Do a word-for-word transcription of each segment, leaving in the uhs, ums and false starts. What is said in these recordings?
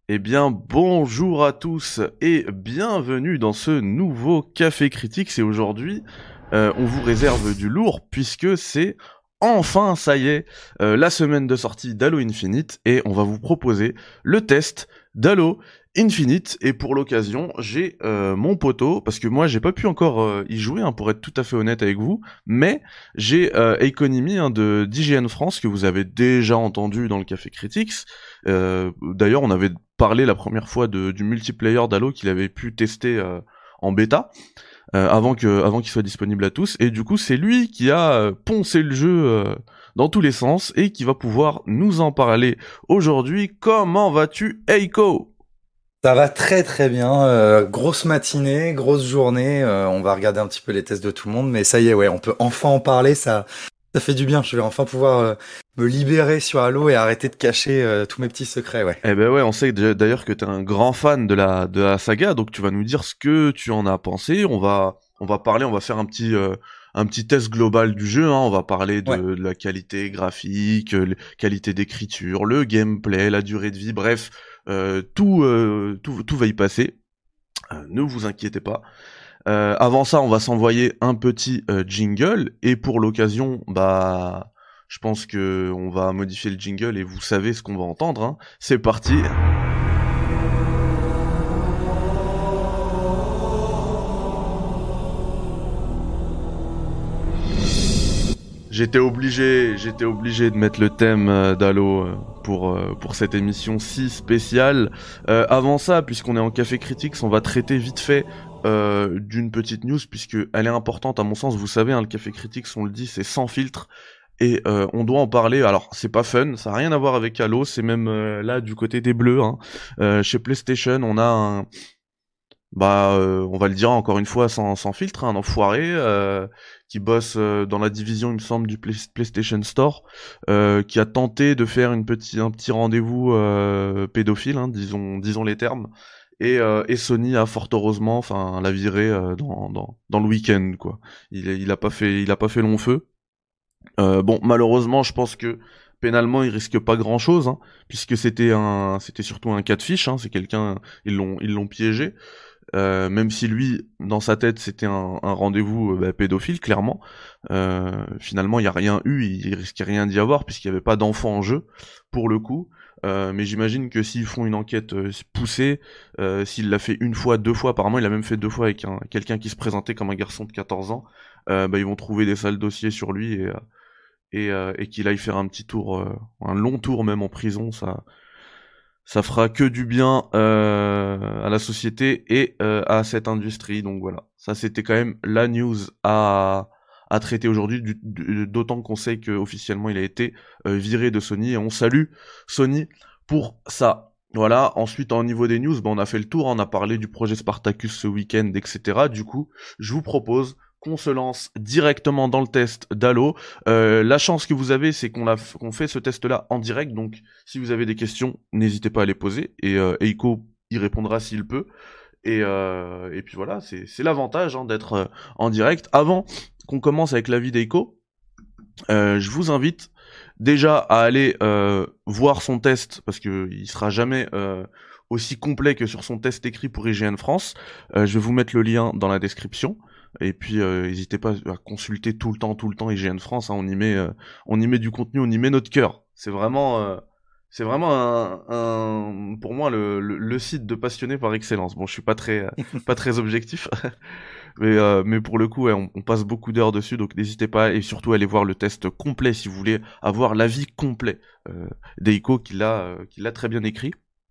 Eh bien, bonjour à tous et bienvenue dans ce nouveau Café Critique. Et aujourd'hui, euh, on vous réserve du lourd puisque c'est enfin, ça y est, euh, la semaine de sortie d'Halo Infinite et on va vous proposer le test d'Halo Infinite. Et pour l'occasion, j'ai euh, mon poteau, parce que moi j'ai pas pu encore euh, y jouer, hein, pour être tout à fait honnête avec vous, mais j'ai euh, Economy, hein, de d'I G N France que vous avez déjà entendu dans le Café Critics. Euh, d'ailleurs, on avait parlé la première fois de, du multiplayer d'Halo qu'il avait pu tester euh, en bêta euh, avant que avant qu'il soit disponible à tous. Et du coup, c'est lui qui a euh, poncé le jeu euh, dans tous les sens et qui va pouvoir nous en parler aujourd'hui. Comment vas-tu, Eiko? Ça va très très bien. Euh, grosse matinée, grosse journée. Euh, on va regarder un petit peu les tests de tout le monde, mais ça y est, ouais, on peut enfin en parler. Ça, ça fait du bien. Je vais enfin pouvoir euh, me libérer sur Halo et arrêter de cacher euh, tous mes petits secrets, ouais. Eh ben ouais, on sait déjà- d'ailleurs que t'es un grand fan de la de la saga, donc tu vas nous dire ce que tu en as pensé. On va on va parler, on va faire un petit euh, un petit test global du jeu, hein. On va parler de, Ouais. de la qualité graphique, euh, la qualité d'écriture, le gameplay, la durée de vie, bref, euh, tout euh, tout tout va y passer. Euh, ne vous inquiétez pas. Euh, avant ça, on va s'envoyer un petit euh, jingle et pour l'occasion, bah je pense que on va modifier le jingle et vous savez ce qu'on va entendre, hein. C'est parti. J'étais obligé, j'étais obligé de mettre le thème euh, d'Halo euh, pour euh, pour cette émission si spéciale. Euh, avant ça, puisqu'on est en Café Critics, on va traiter vite fait euh, d'une petite news puisque elle est importante à mon sens. Vous savez, hein, le Café Critics, on le dit, c'est sans filtre et euh, on doit en parler. Alors, c'est pas fun, ça a rien à voir avec Halo, c'est même euh, là du côté des Bleus, hein. Euh, chez PlayStation, on a un bah, euh, on va le dire encore une fois sans, sans filtre, hein, un enfoiré euh, qui bosse euh, dans la division, il me semble, du Play- PlayStation Store, euh, qui a tenté de faire une petit, un petit rendez-vous euh, pédophile, hein, disons, disons les termes, et, euh, et Sony a fort heureusement, enfin, l'a viré euh, dans, dans, dans le week-end, quoi. Il, est- il a pas fait, il a pas fait long feu. Euh, bon, malheureusement, je pense que pénalement, il risque pas grand-chose, hein, puisque c'était un, c'était surtout un cas de fiche, hein, c'est quelqu'un, ils l'ont, ils l'ont piégé. Euh, même si lui, dans sa tête, c'était un, un rendez-vous euh, bah, pédophile, clairement. Euh, finalement, il n'y a rien eu, il risquait rien d'y avoir, puisqu'il n'y avait pas d'enfant en jeu, pour le coup. Euh, mais j'imagine que s'ils font une enquête euh, poussée, euh, s'il l'a fait une fois, deux fois, apparemment il a même fait deux fois avec un, quelqu'un qui se présentait comme un garçon de quatorze ans, euh, bah, ils vont trouver des sales dossiers sur lui et, euh, et, euh, et qu'il aille faire un petit tour, euh, un long tour même en prison, ça, ça fera que du bien euh, à la société et euh, à cette industrie. Donc voilà, ça c'était quand même la news à, à traiter aujourd'hui, du- du- d'autant qu'on sait qu'officiellement il a été euh, viré de Sony et on salue Sony pour ça. Voilà, ensuite au niveau des news, ben, on a fait le tour, on a parlé du projet Spartacus ce week-end, et cetera. Du coup, je vous propose qu'on se lance directement dans le test d'Halo. Euh, la chance que vous avez, c'est qu'on l'a, qu'on fait ce test-là en direct, donc si vous avez des questions, n'hésitez pas à les poser et euh, Eiko y répondra s'il peut. Et, euh, et puis voilà, c'est, c'est l'avantage, hein, d'être euh, en direct. Avant qu'on commence avec l'avis d'Eiko, euh, je vous invite déjà à aller euh, voir son test parce que il sera jamais euh, aussi complet que sur son test écrit pour I G N France. Euh, je vais vous mettre le lien dans la description. Et puis euh, n'hésitez pas à consulter tout le temps, tout le temps I G N France, hein. On y met, euh, on y met du contenu, on y met notre cœur. C'est vraiment, euh, c'est vraiment un, un- pour moi le, le, le site de passionnés par excellence. Bon, je suis pas très, euh, pas très objectif, mais, euh, mais pour le coup, ouais, on, on passe beaucoup d'heures dessus, donc n'hésitez pas et surtout allez voir le test complet si vous voulez avoir l'avis complet euh, d'Eiko qui l'a, euh, qui l'a très bien écrit.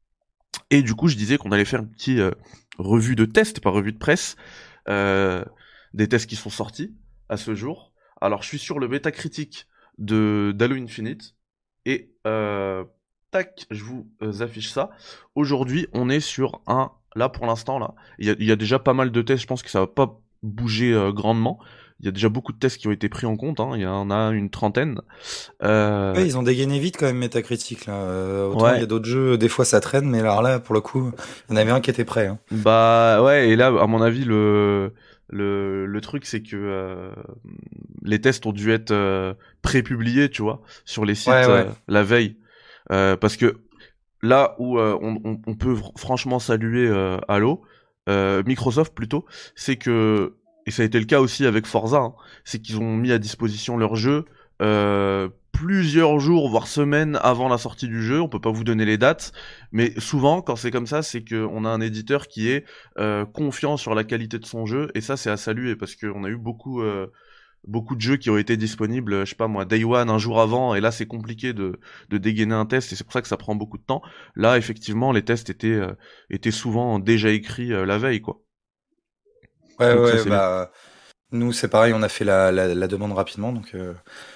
Et du coup, je disais qu'on allait faire une petite euh, revue de test, pas revue de presse, euh, des tests qui sont sortis à ce jour. Alors, je suis sur le bêta critique de d'Halo Infinite et euh, tac, je vous euh, affiche ça. Aujourd'hui, on est sur un, là pour l'instant là, il y a, il y a déjà pas mal de tests. Je pense que ça va pas bouger euh, grandement. Il y a déjà beaucoup de tests qui ont été pris en compte, hein. Il y en a une trentaine. Euh, Ouais, ils ont dégainé vite quand même Metacritic là. Euh, autant il y ouais, a d'autres jeux, des fois ça traîne, mais alors là, pour le coup, il y en avait un qui était prêt, hein. bah ouais, et là, à mon avis, le le, le truc, c'est que euh, les tests ont dû être euh, pré-publiés, tu vois, sur les Ouais, sites ouais. euh, la veille. Euh, parce que là où euh, on, on, on peut fr- franchement saluer euh, Halo, euh, Microsoft plutôt, c'est que, et ça a été le cas aussi avec Forza, hein, c'est qu'ils ont mis à disposition leur jeu euh, plusieurs jours, voire semaines avant la sortie du jeu. On peut pas vous donner les dates, mais souvent, quand c'est comme ça, c'est qu'on a un éditeur qui est euh, confiant sur la qualité de son jeu, et ça, c'est à saluer, parce qu'on a eu beaucoup... Euh, beaucoup de jeux qui ont été disponibles, je sais pas moi, Day One, un jour avant, et là c'est compliqué de, de dégainer un test, et c'est pour ça que ça prend beaucoup de temps. Là, effectivement, les tests étaient, euh, étaient souvent déjà écrits euh, la veille, quoi. Ouais, Donc ça, ouais, c'est bien. bah nous c'est pareil, on a fait la, la, la demande rapidement, donc euh,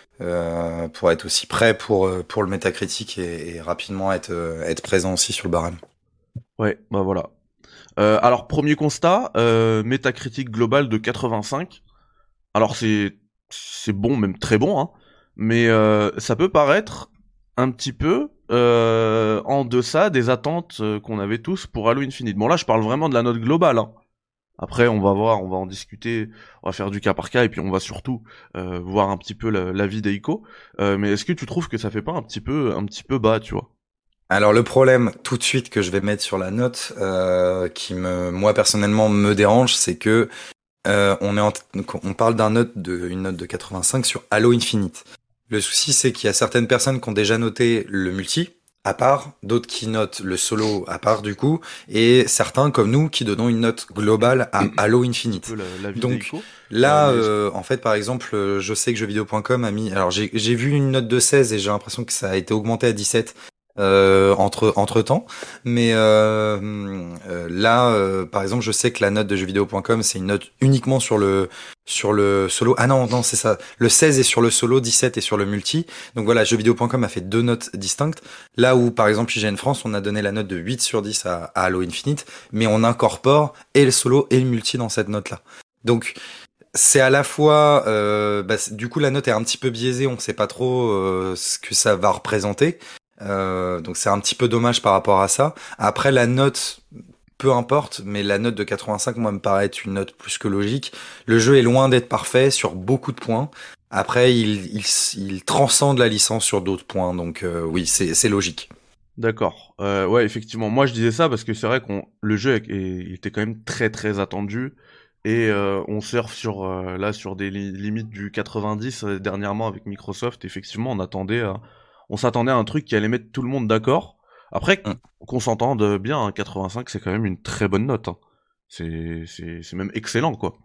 euh, pour être aussi prêt pour euh, pour le métacritique et, et rapidement être euh, être présent aussi sur le barème. Ouais, bah voilà. Euh, alors, premier constat, euh, métacritique global de quatre-vingt-cinq. Alors, c'est, c'est bon, même très bon, hein, mais euh, ça peut paraître un petit peu euh, en deçà des attentes euh, qu'on avait tous pour Halo Infinite. Bon, là, je parle vraiment de la note globale, hein. Après, on va voir, on va en discuter, on va faire du cas par cas, et puis on va surtout euh, voir un petit peu la- l'avis d'Eiko. Euh, mais est-ce que tu trouves que ça fait pas un petit peu, un petit peu bas, tu vois? Alors le problème tout de suite que je vais mettre sur la note, euh, qui me moi personnellement me dérange, c'est que euh, on est en, on parle d'un note de une note de quatre-vingt-cinq sur Halo Infinite. Le souci c'est qu'il y a certaines personnes qui ont déjà noté le multi à part, d'autres qui notent le solo à part du coup, et certains comme nous qui donnons une note globale à Halo Un petit peu Infinite. la- l'avis Donc d'Eiko. Euh, là, mais est-ce- euh, en fait, par exemple, euh, je sais que jeuxvideo point com a mis. Alors j'ai j'ai vu une note de seize et j'ai l'impression que ça a été augmenté à dix-sept euh, entre entre temps. Mais euh, euh, là, euh, par exemple, je sais que la note de jeuxvideo point com c'est une note uniquement sur le sur le solo. Ah non, non, c'est ça. Le seize est sur le solo, dix-sept est sur le multi. Donc voilà, jeuxvideo point com a fait deux notes distinctes. Là où, par exemple, I G N France, on a donné la note de huit sur dix à, à Halo Infinite, mais on incorpore et le solo et le multi dans cette note-là. Donc c'est à la fois, euh, bah, c'est- du coup, la note est un petit peu biaisée. On sait pas trop euh, ce que ça va représenter. Euh, donc c'est un petit peu dommage par rapport à ça. Après, la note, peu importe, mais la note de quatre-vingt-cinq, moi, me paraît être une note plus que logique. Le jeu est loin d'être parfait sur beaucoup de points. Après, il, il, il transcende la licence sur d'autres points. Donc euh, oui, c'est c'est logique. D'accord. Euh, ouais, effectivement. Moi, je disais ça parce que c'est vrai qu'on le jeu est, est- il était quand même très très attendu et euh, on surfe sur euh, là sur des li- limites du quatre-vingt-dix euh, dernièrement avec Microsoft. Effectivement, on attendait, à- on s'attendait à un truc qui allait mettre tout le monde d'accord. Après, Mm. qu'on s'entende bien, hein, quatre-vingt-cinq, c'est quand même une très bonne note, hein. C'est c'est c'est même excellent, quoi.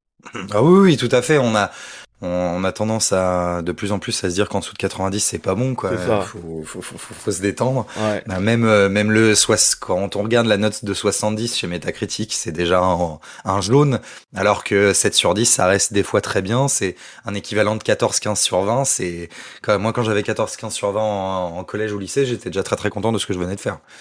Ah oui, oui, tout à fait. On a, on, on a tendance à de plus en plus à se dire qu'en dessous de quatre-vingt-dix c'est pas bon, quoi. C'est ça. Faut, faut, faut, faut, faut se détendre. Ouais. Bah, même, euh, même le soix- quand on regarde la note de soixante-dix chez Metacritic, c'est déjà un, un jaune, alors que sept sur dix, ça reste des fois très bien. C'est un équivalent de quatorze quinze sur vingt. C'est quand, moi, quand j'avais quatorze quinze sur vingt en, en collège ou lycée, j'étais déjà très très content de ce que je venais de faire.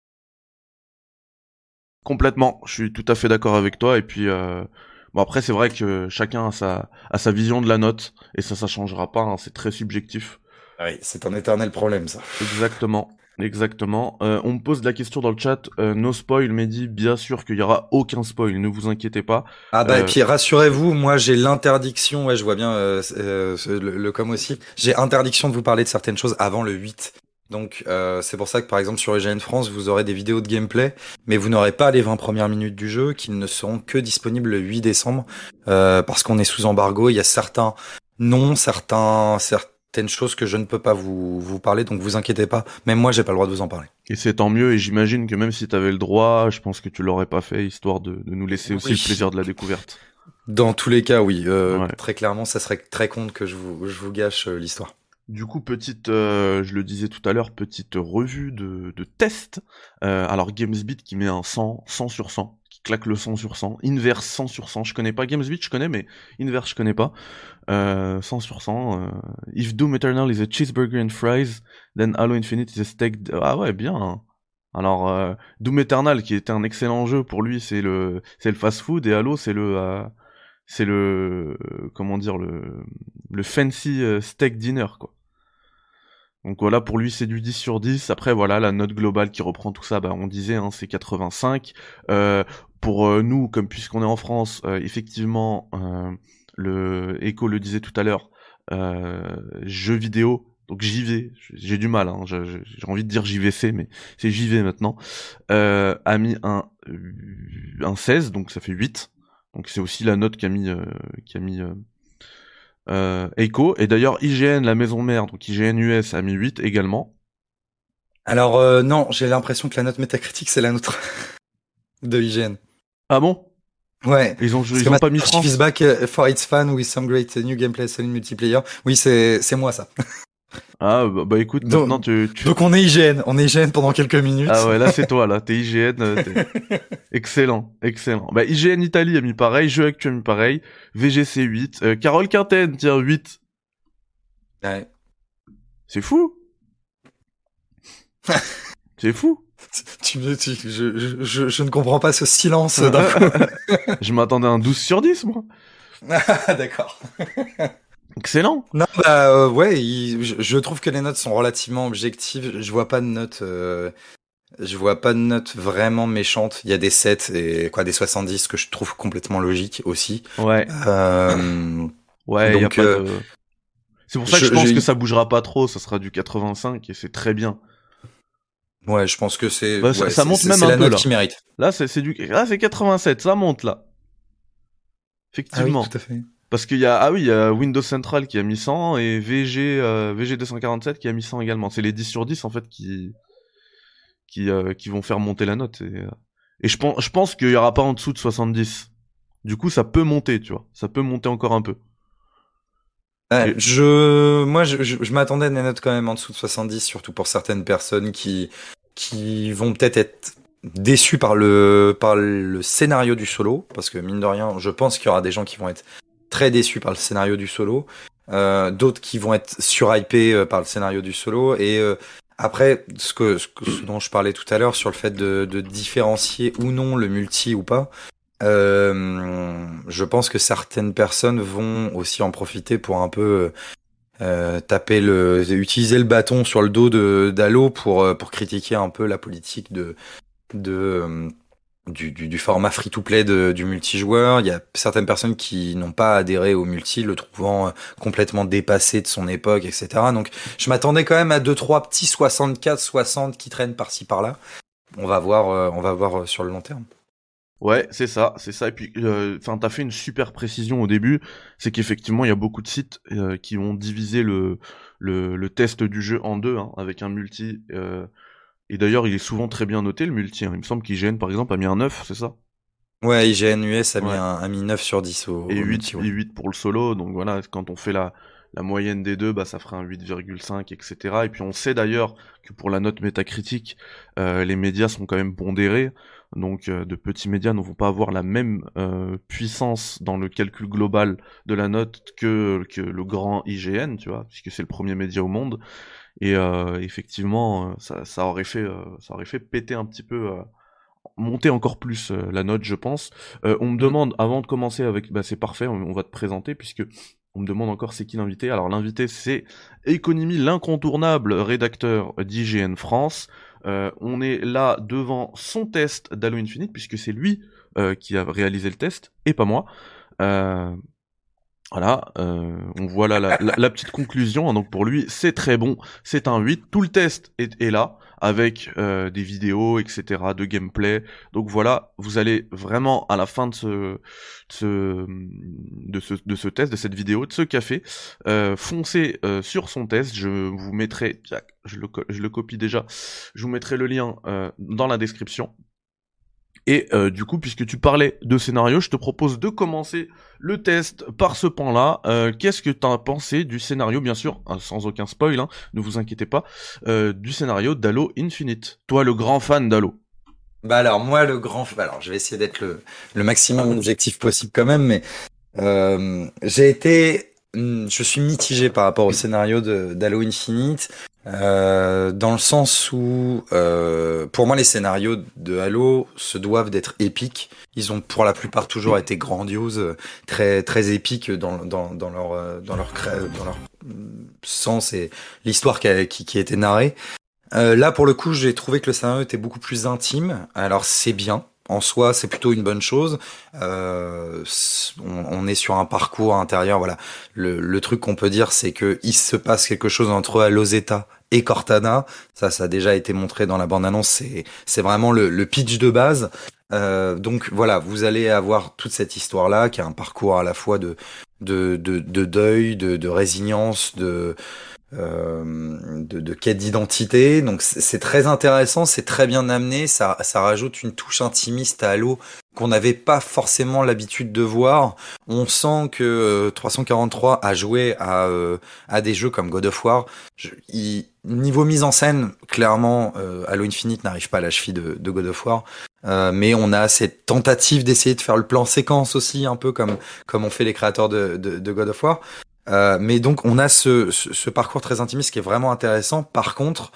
Complètement, je suis tout à fait d'accord avec toi. Et puis, euh, bon après, c'est vrai que chacun a sa, a sa vision de la note, et ça, ça changera pas, hein, c'est très subjectif. Oui, c'est un éternel problème, ça. Exactement, exactement. Euh, on me pose la question dans le chat, euh, no spoil, Mehdi, bien sûr qu'il y aura aucun spoil, ne vous inquiétez pas. Ah bah et Euh, puis rassurez-vous, moi j'ai l'interdiction, ouais je vois bien euh, euh, le, le com aussi, j'ai interdiction de vous parler de certaines choses avant le huit. Donc euh, c'est pour ça que par exemple sur I G N France vous aurez des vidéos de gameplay, mais vous n'aurez pas les vingt premières minutes du jeu qui ne seront que disponibles le huit décembre euh, parce qu'on est sous embargo. Il y a certains noms, certains certaines choses que je ne peux pas vous vous parler, donc vous inquiétez pas. Même moi j'ai pas le droit de vous en parler. et c'est tant mieux, et j'imagine que même si t'avais le droit, je pense que tu l'aurais pas fait, histoire de, de nous laisser aussi le Oui. plaisir de la découverte. Dans tous les cas, oui. Euh, Ouais. très clairement, ça serait très con que je vous je vous gâche euh, l'histoire. Du coup, petite, euh, je le disais tout à l'heure, petite revue de, de test. Euh, alors GamesBeat qui met un cent, cent sur cent, qui claque le cent sur cent. Inverse cent sur cent, je connais pas. GamesBeat je connais, mais Inverse je connais pas. Euh, cent sur cent. Euh, If Doom Eternal is a cheeseburger and fries, then Halo Infinite is a steak... d- Ah ouais, bien, hein. Alors, euh, Doom Eternal, qui était un excellent jeu, pour lui, c'est le, c'est le fast-food, et Halo, c'est le, euh, c'est le, euh, comment dire, le, le fancy euh, steak dinner, quoi. Donc voilà, pour lui c'est du dix sur dix. Après voilà, la note globale qui reprend tout ça, bah on disait, hein, c'est quatre-vingt-cinq. Euh, pour euh, nous, comme puisqu'on est en France, euh, effectivement, euh, le Echo le disait tout à l'heure, euh, jeux vidéo, donc J V, j'ai du mal, hein, j'ai, j'ai envie de dire J V C, mais c'est J V maintenant, euh, a mis un, un seize, donc ça fait huit. Donc c'est aussi la note qu'a mis, euh, qu'a mis euh, euh, Echo. Et d'ailleurs, I G N, la maison mère, donc I G N U S, a mis huit également. Alors euh, non, j'ai l'impression que la note métacritique, c'est la nôtre de I G N. Ah bon? Ouais. Ils ont, ils ont pas mis France. Feedback for its fan with some great new gameplay solid multiplayer. Oui, c'est c'est moi ça. Ah bah, bah écoute, donc, maintenant tu, tu... donc on est I G N, on est I G N pendant quelques minutes. Ah ouais, là c'est toi là, t'es I G N. Euh, t'es... excellent, excellent. Bah I G N Italie a mis pareil, Jeux Actu a mis pareil, V G C huit, euh, Carole Quinten tiens huit. Ouais. C'est fou. C'est fou. Tu me, tu, je, je, je, je ne comprends pas ce silence d'un coup. Je m'attendais à un douze sur dix, moi. Ah, d'accord. Excellent. Non, bah, euh, ouais, il, je, je trouve que les notes sont relativement objectives. Je vois pas de notes, euh, je vois pas de notes vraiment méchantes. Il y a des sept et quoi, des soixante-dix que je trouve complètement logiques aussi. Ouais. Euh, ouais, donc, y a pas euh, de... C'est pour ça que je, je pense je... que ça bougera pas trop, ça sera du quatre-vingt-cinq et c'est très bien. Ouais, je pense que c'est bah, ouais, ça, ça monte c'est, même c'est un la peu note là. qui mérite. Là, c'est, c'est du là c'est quatre-vingt-sept, ça monte là. Effectivement. Ah oui, tout à fait. Parce qu'il y a ah oui, il y a Windows Central qui a mis cent et V G euh, V G deux cent quarante-sept qui a mis cent également. C'est les dix sur dix en fait qui qui euh, qui vont faire monter la note et, euh... et je pense je pense qu'il y aura pas en dessous de soixante-dix. Du coup, ça peut monter, tu vois. Ça peut monter encore un peu. Ouais, je, moi, je, je, je m'attendais à des notes quand même en dessous de soixante-dix, surtout pour certaines personnes qui, qui vont peut-être être déçues par le, par le scénario du solo, parce que mine de rien, je pense qu'il y aura des gens qui vont être très déçus par le scénario du solo, euh, d'autres qui vont être surhypés par le scénario du solo, et euh, après, ce que, ce que, ce dont je parlais tout à l'heure sur le fait de, de différencier ou non le multi ou pas. Euh, je pense que certaines personnes vont aussi en profiter pour un peu euh, taper le, utiliser le bâton sur le dos de d'Halo pour pour critiquer un peu la politique de de du du, du format free-to-play de, du multijoueur. Il y a certaines personnes qui n'ont pas adhéré au multi, le trouvant complètement dépassé de son époque, et cetera. Donc, je m'attendais quand même à deux trois petits soixante-quatre, soixante qui traînent par-ci par-là. On va voir, on va voir sur le long terme. Ouais, c'est ça, c'est ça. Et puis, enfin, euh, t'as fait une super précision au début, c'est qu'effectivement, il y a beaucoup de sites euh, qui ont divisé le, le le test du jeu en deux, hein, avec un multi. Euh, et d'ailleurs, il est souvent très bien noté le multi. Hein. Il me semble qu'I G N, par exemple, a mis un neuf, c'est ça? Ouais, I G N U S a, ouais. mis un, a mis neuf sur dix au, et au huit, multi, ouais. Et huit pour le solo. Donc voilà, quand on fait la la moyenne des deux, bah ça ferait un huit virgule cinq, et cetera. Et puis on sait d'ailleurs que pour la note métacritique, euh, les médias sont quand même pondérés. Donc euh, de petits médias ne vont pas avoir la même euh, puissance dans le calcul global de la note que, que le grand I G N, tu vois, puisque c'est le premier média au monde. Et euh, effectivement, ça, ça aurait fait, euh, ça aurait fait péter un petit peu, euh, monter encore plus euh, la note, je pense. Euh, on me demande, avant de commencer avec, bah c'est parfait, on, on va te présenter, puisque on me demande encore c'est qui l'invité. Alors l'invité c'est Economy, l'incontournable rédacteur d'I G N France. Euh, on est là devant son test d'Halo Infinite, puisque c'est lui euh, qui a réalisé le test, et pas moi. Euh, voilà, euh, on voit là la, la, la petite conclusion, hein, donc pour lui c'est très bon, c'est un huit, tout le test est, est là, avec euh, des vidéos, et cetera, de gameplay, donc voilà, vous allez vraiment à la fin de ce, de ce, de ce, de ce test, de cette vidéo, de ce café, euh, foncez euh, sur son test, je vous mettrai, je le, je le copie déjà, je vous mettrai le lien euh, dans la description. Et euh, du coup, puisque tu parlais de scénario, je te propose de commencer le test par ce point-là. Euh, qu'est-ce que tu as pensé du scénario, bien sûr, hein, sans aucun spoil, hein, ne vous inquiétez pas, euh, du scénario d'Halo Infinite. Toi, le grand fan d'Halo. Bah alors, moi, le grand... Alors, je vais essayer d'être le, le maximum objectif possible quand même, mais euh, j'ai été... Je suis mitigé par rapport au scénario de, d'Halo Infinite, euh, dans le sens où, euh, pour moi, les scénarios de Halo se doivent d'être épiques. Ils ont pour la plupart toujours été grandioses, très très épiques dans dans dans leur dans leur dans leur sens et l'histoire qui a, qui, qui a été narrée. Euh, là, pour le coup, j'ai trouvé que le scénario était beaucoup plus intime. Alors, c'est bien. en soi, c'est plutôt une bonne chose. Euh, on, on est sur un parcours intérieur. Voilà, le, le truc qu'on peut dire, c'est que il se passe quelque chose entre Alozeta et Cortana. Ça, ça a déjà été montré dans la bande-annonce. C'est, c'est vraiment le, le pitch de base. Euh, donc voilà, vous allez avoir toute cette histoire-là, qui a un parcours à la fois de de de, de deuil, de, de résilience, de euh, de, de quête d'identité. Donc c'est, c'est très intéressant, c'est très bien amené. Ça ça rajoute une touche intimiste à Halo qu'on n'avait pas forcément l'habitude de voir. On sent que euh, trois cent quarante-trois a joué à euh, à des jeux comme God of War. Je, il, niveau mise en scène, clairement, euh, Halo Infinite n'arrive pas à la cheville de, de God of War. Euh, mais on a cette tentative d'essayer de faire le plan séquence aussi, un peu comme comme ont fait les créateurs de, de, de God of War. Euh, mais donc on a ce, ce, ce parcours très intimiste qui est vraiment intéressant. Par contre,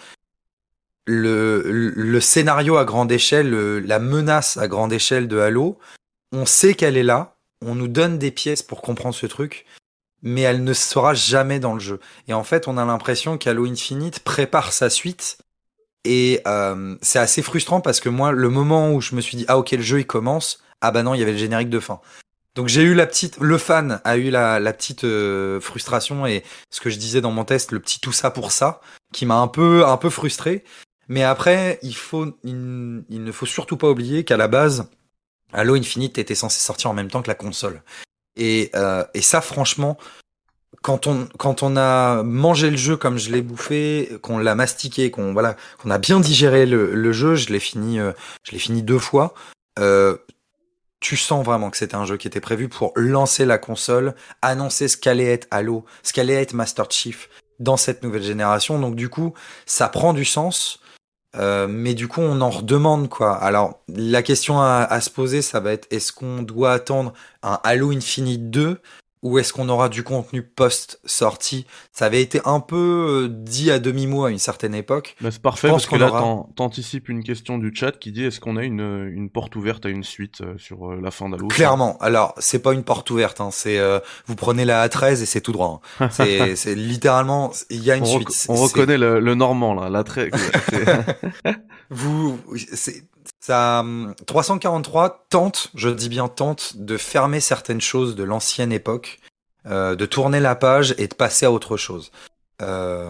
le, le scénario à grande échelle, le, la menace à grande échelle de Halo, on sait qu'elle est là, on nous donne des pièces pour comprendre ce truc, mais elle ne sera jamais dans le jeu. Et en fait, on a l'impression qu'Halo Infinite prépare sa suite. Et euh, c'est assez frustrant parce que moi, le moment où je me suis dit ah ok le jeu il commence, ah bah non il y avait le générique de fin. Donc j'ai eu la petite, le fan a eu la, la petite euh, frustration et ce que je disais dans mon test, le petit tout ça pour ça, qui m'a un peu un peu frustré. Mais après il faut il, il ne faut surtout pas oublier qu'à la base Halo Infinite était censé sortir en même temps que la console. Et euh, et ça franchement. Quand on quand on a mangé le jeu comme je l'ai bouffé, qu'on l'a mastiqué, qu'on voilà, qu'on a bien digéré le, le jeu, je l'ai fini, euh, je l'ai fini deux fois. Euh, tu sens vraiment que c'était un jeu qui était prévu pour lancer la console, annoncer ce qu'allait être Halo, ce qu'allait être Master Chief dans cette nouvelle génération. Donc du coup, ça prend du sens. Euh, mais du coup, on en redemande quoi. Alors, la question à, à se poser, ça va être est-ce qu'on doit attendre un Halo Infinite deux? Ou est-ce qu'on aura du contenu post-sortie? Ça avait été un peu dit à demi-mot à une certaine époque. Bah c'est parfait parce que là aura... t'anticipes une question du chat qui dit est-ce qu'on a une, une porte ouverte à une suite sur la fin d'Halo? Clairement, alors c'est pas une porte ouverte, hein. C'est euh, vous prenez la A treize et c'est tout droit. Hein. C'est, c'est littéralement, il y a une on suite. Rec- on c'est... reconnaît le, le normand là, la treize. vous, c'est... Ça, trois cent quarante-trois tente, je dis bien tente, de fermer certaines choses de l'ancienne époque, euh, de tourner la page et de passer à autre chose. Euh,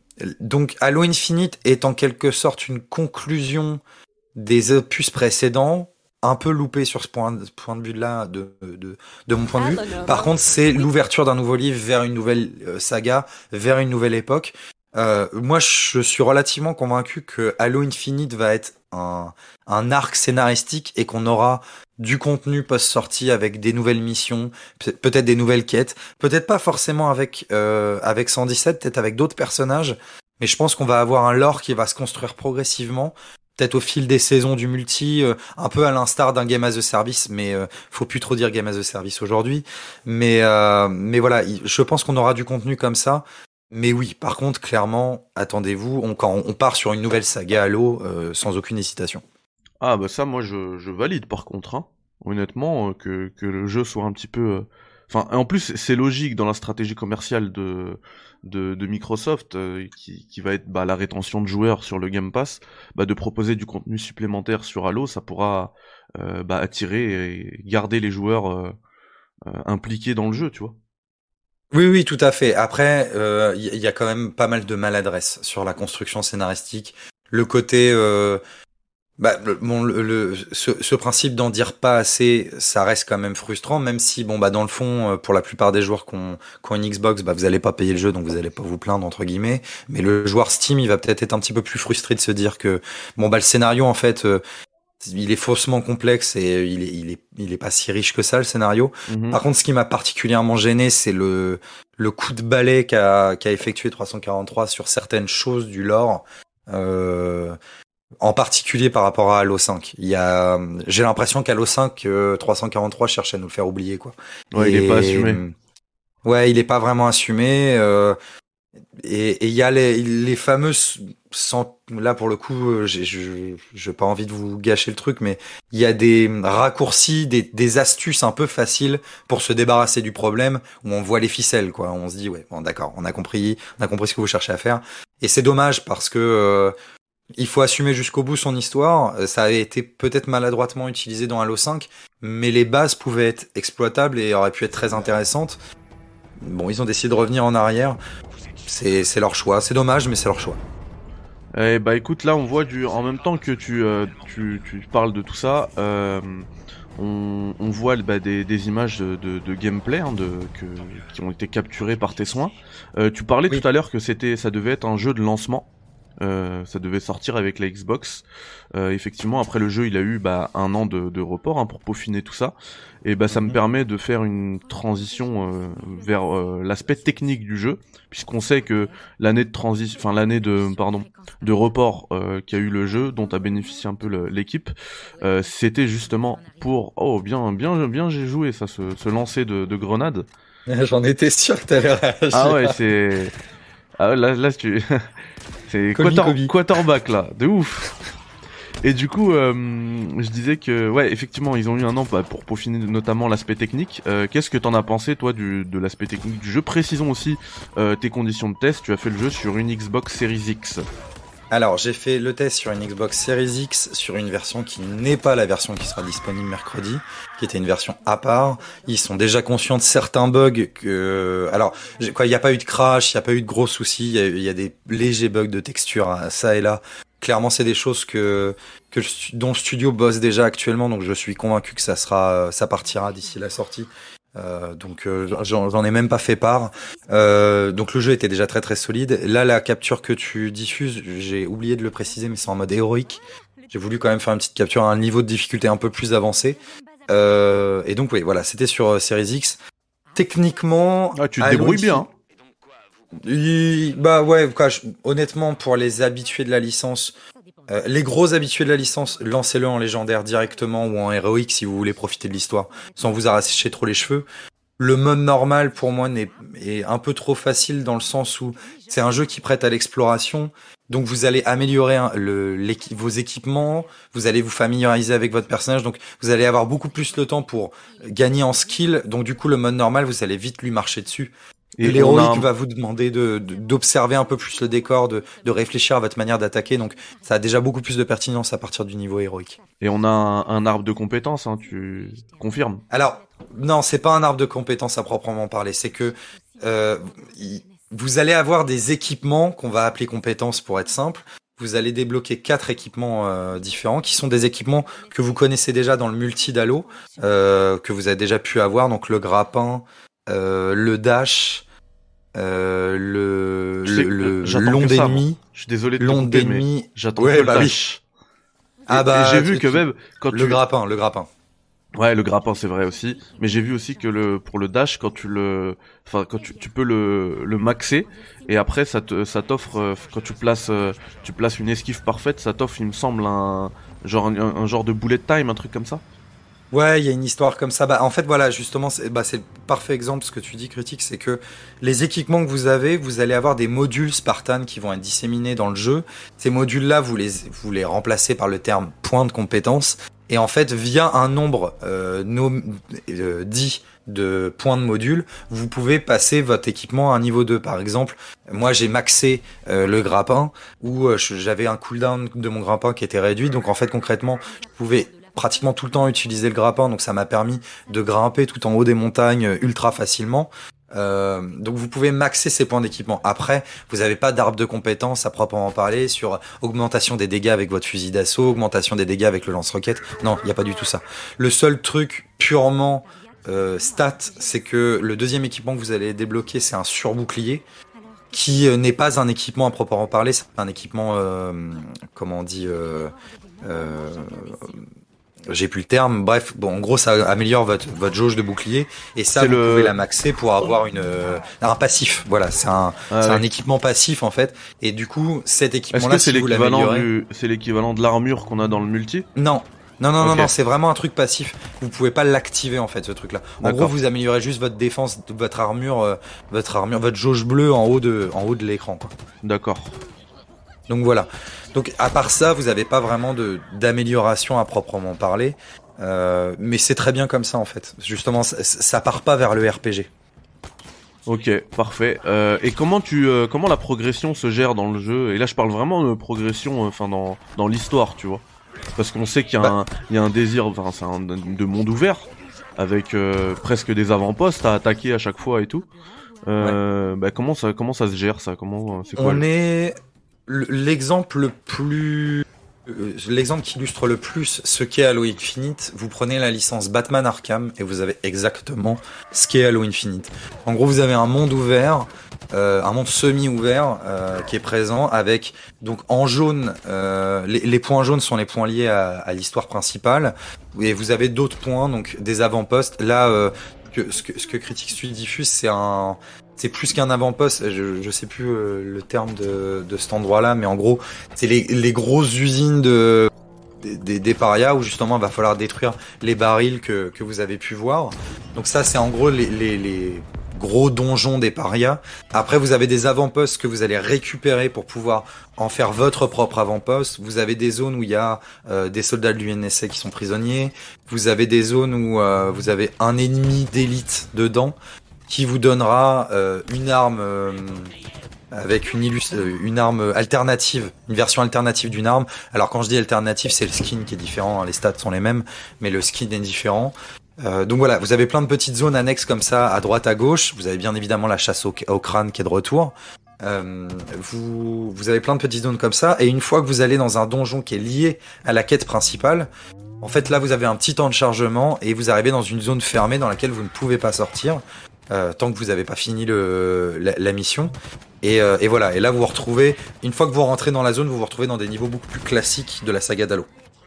donc Halo Infinite est en quelque sorte une conclusion des opus précédents, un peu loupé sur ce point, point de vue-là, de, de, de mon point de vue. Par contre, c'est l'ouverture d'un nouveau livre vers une nouvelle saga, vers une nouvelle époque. Euh, moi, je suis relativement convaincu que Halo Infinite va être un, un arc scénaristique et qu'on aura du contenu post-sortie avec des nouvelles missions, peut-être des nouvelles quêtes, peut-être pas forcément avec euh, avec cent dix-sept, peut-être avec d'autres personnages, mais je pense qu'on va avoir un lore qui va se construire progressivement, peut-être au fil des saisons du multi, euh, un peu à l'instar d'un Game as a Service, mais euh, faut plus trop dire Game as a Service aujourd'hui, mais euh, mais voilà, je pense qu'on aura du contenu comme ça. Mais oui, par contre, clairement, attendez-vous, on, quand on part sur une nouvelle saga Halo, euh, sans aucune hésitation. Ah bah ça, moi, je, je valide par contre, hein. Honnêtement, euh, que, que le jeu soit un petit peu... Enfin, euh... en plus, c'est logique dans la stratégie commerciale de, de, de Microsoft, euh, qui, qui va être bah, la rétention de joueurs sur le Game Pass, bah, de proposer du contenu supplémentaire sur Halo, ça pourra euh, bah, attirer et garder les joueurs euh, euh, impliqués dans le jeu, tu vois. Oui, oui, tout à fait. Après, il euh, y, y a quand même pas mal de maladresse sur la construction scénaristique. Le côté, euh, bah, le, bon, le, le ce, ce principe d'en dire pas assez, ça reste quand même frustrant. Même si, bon, bah, dans le fond, pour la plupart des joueurs qui ont, qui ont une Xbox, bah, vous allez pas payer le jeu, donc vous allez pas vous plaindre entre guillemets. Mais le joueur Steam, il va peut-être être un petit peu plus frustré de se dire que, bon, bah, le scénario, en fait. Euh, il est faussement complexe et il est, il est, il est pas si riche que ça, le scénario. Mmh. Par contre, ce qui m'a particulièrement gêné, c'est le, le coup de balai qu'a, qu'a effectué trois cent quarante-trois sur certaines choses du lore, euh, en particulier par rapport à Halo cinq. Il y a, j'ai l'impression qu'Halo cinq, euh, trois cent quarante-trois cherche à nous le faire oublier, quoi. Ouais, et, il est pas assumé. Ouais, il est pas vraiment assumé, euh, et il y a les, les fameuses, sans, là pour le coup, j'ai, je j'ai pas envie de vous gâcher le truc, mais il y a des raccourcis, des, des astuces un peu faciles pour se débarrasser du problème, où on voit les ficelles, quoi. On se dit ouais, bon d'accord, on a compris, on a compris ce que vous cherchez à faire, et c'est dommage parce que euh, Il faut assumer jusqu'au bout son histoire. Ça avait été peut-être maladroitement utilisé dans Halo cinq, mais les bases pouvaient être exploitables et auraient pu être très intéressantes. Bon, ils ont décidé de revenir en arrière. C'est, c'est leur choix. C'est dommage, mais c'est leur choix. Eh bah écoute, là on voit du, en même temps que tu, euh, tu, tu parles de tout ça, euh, on, on voit bah, des, des images de, de, de gameplay hein, de, que, qui ont été capturées par tes soins. Euh, tu parlais Oui. tout à l'heure que c'était, ça devait être un jeu de lancement. Euh, ça devait sortir avec la Xbox. Euh, effectivement, après le jeu, il a eu bah, un an de, de report hein, pour peaufiner tout ça. Et bah, ça Mhm. me permet de faire une transition euh, vers euh, l'aspect technique du jeu, puisqu'on sait que l'année de transition, enfin l'année de pardon de report euh, qu'a eu le jeu, dont a bénéficié un peu le, l'équipe, euh, c'était justement pour oh bien bien bien j'ai joué ça, ce, ce lancer de, de grenade. J'en étais sûr que t'allais réagir. Ah ouais, c'est ah ouais, là là tu c'est Kobe, quarter... Kobe. quarterback là, de ouf. Et du coup, euh, je disais que ouais, effectivement, ils ont eu un an bah, pour peaufiner notamment l'aspect technique. Euh, qu'est-ce que t'en as pensé toi du de l'aspect technique du jeu? Précisons aussi euh, tes conditions de test. Tu as fait le jeu sur une Xbox Series X. Alors, j'ai fait le test sur une Xbox Series X, sur une version qui n'est pas la version qui sera disponible mercredi, qui était une version à part. Ils sont déjà conscients de certains bugs que, alors, quoi, il n'y a pas eu de crash, il n'y a pas eu de gros soucis, il y, a- il y a des légers bugs de texture, hein, ça et là. Clairement, c'est des choses que, que le stu- dont le studio bosse déjà actuellement, donc je suis convaincu que ça sera, ça partira d'ici la sortie. Euh, donc euh, j'en, j'en ai même pas fait part. Euh, donc le jeu était déjà très très solide. Là, la capture que tu diffuses, j'ai oublié de le préciser, mais c'est en mode héroïque. J'ai voulu quand même faire une petite capture à un niveau de difficulté un peu plus avancé. Euh, et donc oui, voilà, c'était sur euh, Series X. Techniquement, Ah, tu te Halo débrouilles Infinite- bien. Hein. Il- Bah ouais, quoi, je- honnêtement, pour les habitués de la licence, euh, les gros habitués de la licence, lancez-le en légendaire directement ou en héroïque si vous voulez profiter de l'histoire, sans vous arracher trop les cheveux. Le mode normal, pour moi, n'est, est un peu trop facile dans le sens où c'est un jeu qui prête à l'exploration. Donc vous allez améliorer hein, le, l'équi- vos équipements, vous allez vous familiariser avec votre personnage, donc vous allez avoir beaucoup plus le temps pour gagner en skill. Donc du coup, le mode normal, vous allez vite lui marcher dessus. Et on a L'héroïque un- va vous demander de, de- d'observer un peu plus le décor, de, de réfléchir à votre manière d'attaquer. Donc, ça a déjà beaucoup plus de pertinence à partir du niveau héroïque. et on a un, un arbre de compétences. Hein, tu confirmes? Alors, non, c'est pas un arbre de compétences à proprement parler. C'est que euh, y- vous allez avoir des équipements qu'on va appeler compétences pour être simple. Vous allez débloquer quatre équipements euh, différents, qui sont des équipements que vous connaissez déjà dans le multi d'Halo, euh, que vous avez déjà pu avoir. Donc, le grappin, euh, le dash. Euh, le Je sais que le, j'attends long que ça, d'ennemi, Je suis désolé de te long couper, mais d'ennemi, j'attends ouais, que le bah oui. dash. Ah Et- bah, et j'ai vu tu- que tu- même quand le tu grappin, le grappin. ouais, le grappin c'est vrai aussi, mais j'ai vu aussi que le pour le dash quand tu le enfin quand tu, tu peux le le maxer et après ça te ça t'offre euh, quand tu places euh, tu places une esquive parfaite, ça t'offre il me semble un genre un, un genre de bullet time, un truc comme ça. Ouais, il y a une histoire comme ça. Bah, en fait, voilà, justement, c'est bah, c'est le parfait exemple ce que tu dis, Critique, c'est que les équipements que vous avez, vous allez avoir des modules Spartan qui vont être disséminés dans le jeu. Ces modules-là, vous les vous les remplacez par le terme point de compétence. Et en fait, via un nombre euh, nom- euh, dit de points de module, vous pouvez passer votre équipement à un niveau deux. Par exemple, moi j'ai maxé euh, le grappin, où euh, je- j'avais un cooldown de mon grappin qui était réduit. Donc en fait, concrètement, je pouvais pratiquement tout le temps utiliser le grappin, donc ça m'a permis de grimper tout en haut des montagnes euh, ultra facilement. Euh, donc vous pouvez maxer ces points d'équipement. Après, vous n'avez pas d'arbre de compétences à proprement parler sur augmentation des dégâts avec votre fusil d'assaut, augmentation des dégâts avec le lance-roquette. Non, il n'y a pas du tout ça. Le seul truc purement euh, stat, c'est que le deuxième équipement que vous allez débloquer, c'est un surbouclier qui euh, n'est pas un équipement à proprement parler, c'est un équipement, euh, comment on dit, euh, euh, j'ai plus le terme. Bref, bon, en gros, ça améliore votre votre jauge de bouclier et ça, C'est vous le- pouvez la maxer pour avoir une euh, un passif. Voilà, c'est un Ah c'est ouais. un équipement passif en fait. Et du coup, cet Est-ce équipement-là, que c'est si vous l'équivalent l'améliorez, du c'est l'équivalent de l'armure qu'on a dans le multi? non. Non, non, non, Ok. non, c'est vraiment un truc passif. Vous pouvez pas l'activer, en fait, ce truc-là. En D'accord. gros, vous améliorez juste votre défense, votre armure, euh, votre armure, votre jauge bleue en haut de, en haut de l'écran, quoi. D'accord. Donc voilà. Donc, à part ça, vous avez pas vraiment de, d'amélioration à proprement parler. Euh, mais c'est très bien comme ça, en fait. Justement, ça, ça part pas vers le R P G. Ok, parfait. Euh, et comment tu, euh, comment la progression se gère dans le jeu? Et là, je parle vraiment de progression, enfin euh, dans dans l'histoire, tu vois. Parce qu'on sait qu'il y a Bah, un, il y a un désir, enfin c'est un de monde ouvert avec euh, presque des avant-postes à attaquer à chaque fois et tout. ouais. Euh, bah comment ça, comment ça se gère ça? Comment, c'est quoi? On le- est l'exemple le plus euh, l'exemple qui illustre le plus ce qu'est Halo Infinite. Vous prenez la licence Batman Arkham et vous avez exactement ce qu'est Halo Infinite. En gros, vous avez un monde ouvert, euh, un monde semi-ouvert euh, qui est présent avec donc en jaune, euh, les, les points jaunes sont les points liés à, à l'histoire principale et vous avez d'autres points, donc des avant-postes. Là, euh, que, ce que ce que Critique Studio diffuse, c'est un c'est plus qu'un avant-poste, je, je sais plus euh, le terme de, de cet endroit-là, mais en gros, c'est les, les grosses usines de des, des, des parias où justement il va falloir détruire les barils que, que vous avez pu voir. Donc ça, c'est en gros les, les, les gros donjons des parias. Après, vous avez des avant-postes que vous allez récupérer pour pouvoir en faire votre propre avant-poste. Vous avez des zones où il y a euh, des soldats de l'U N S A qui sont prisonniers. Vous avez des zones où euh, vous avez un ennemi d'élite dedans, qui vous donnera euh, une arme euh, avec une, illus- euh, une arme alternative, une version alternative d'une arme. Alors quand je dis alternative, c'est le skin qui est différent, hein, les stats sont les mêmes, mais le skin est différent. Euh, donc voilà, vous avez plein de petites zones annexes comme ça, à droite, à gauche. Vous avez bien évidemment la chasse au, au crâne qui est de retour. Euh, vous, vous avez plein de petites zones comme ça, et une fois que vous allez dans un donjon qui est lié à la quête principale, en fait là vous avez un petit temps de chargement, et vous arrivez dans une zone fermée dans laquelle vous ne pouvez pas sortir. Euh, tant que vous n'avez pas fini le, la, la mission. Et, euh, et voilà, et là vous vous retrouvez, une fois que vous rentrez dans la zone, vous vous retrouvez dans des niveaux beaucoup plus classiques de la saga d'Halo.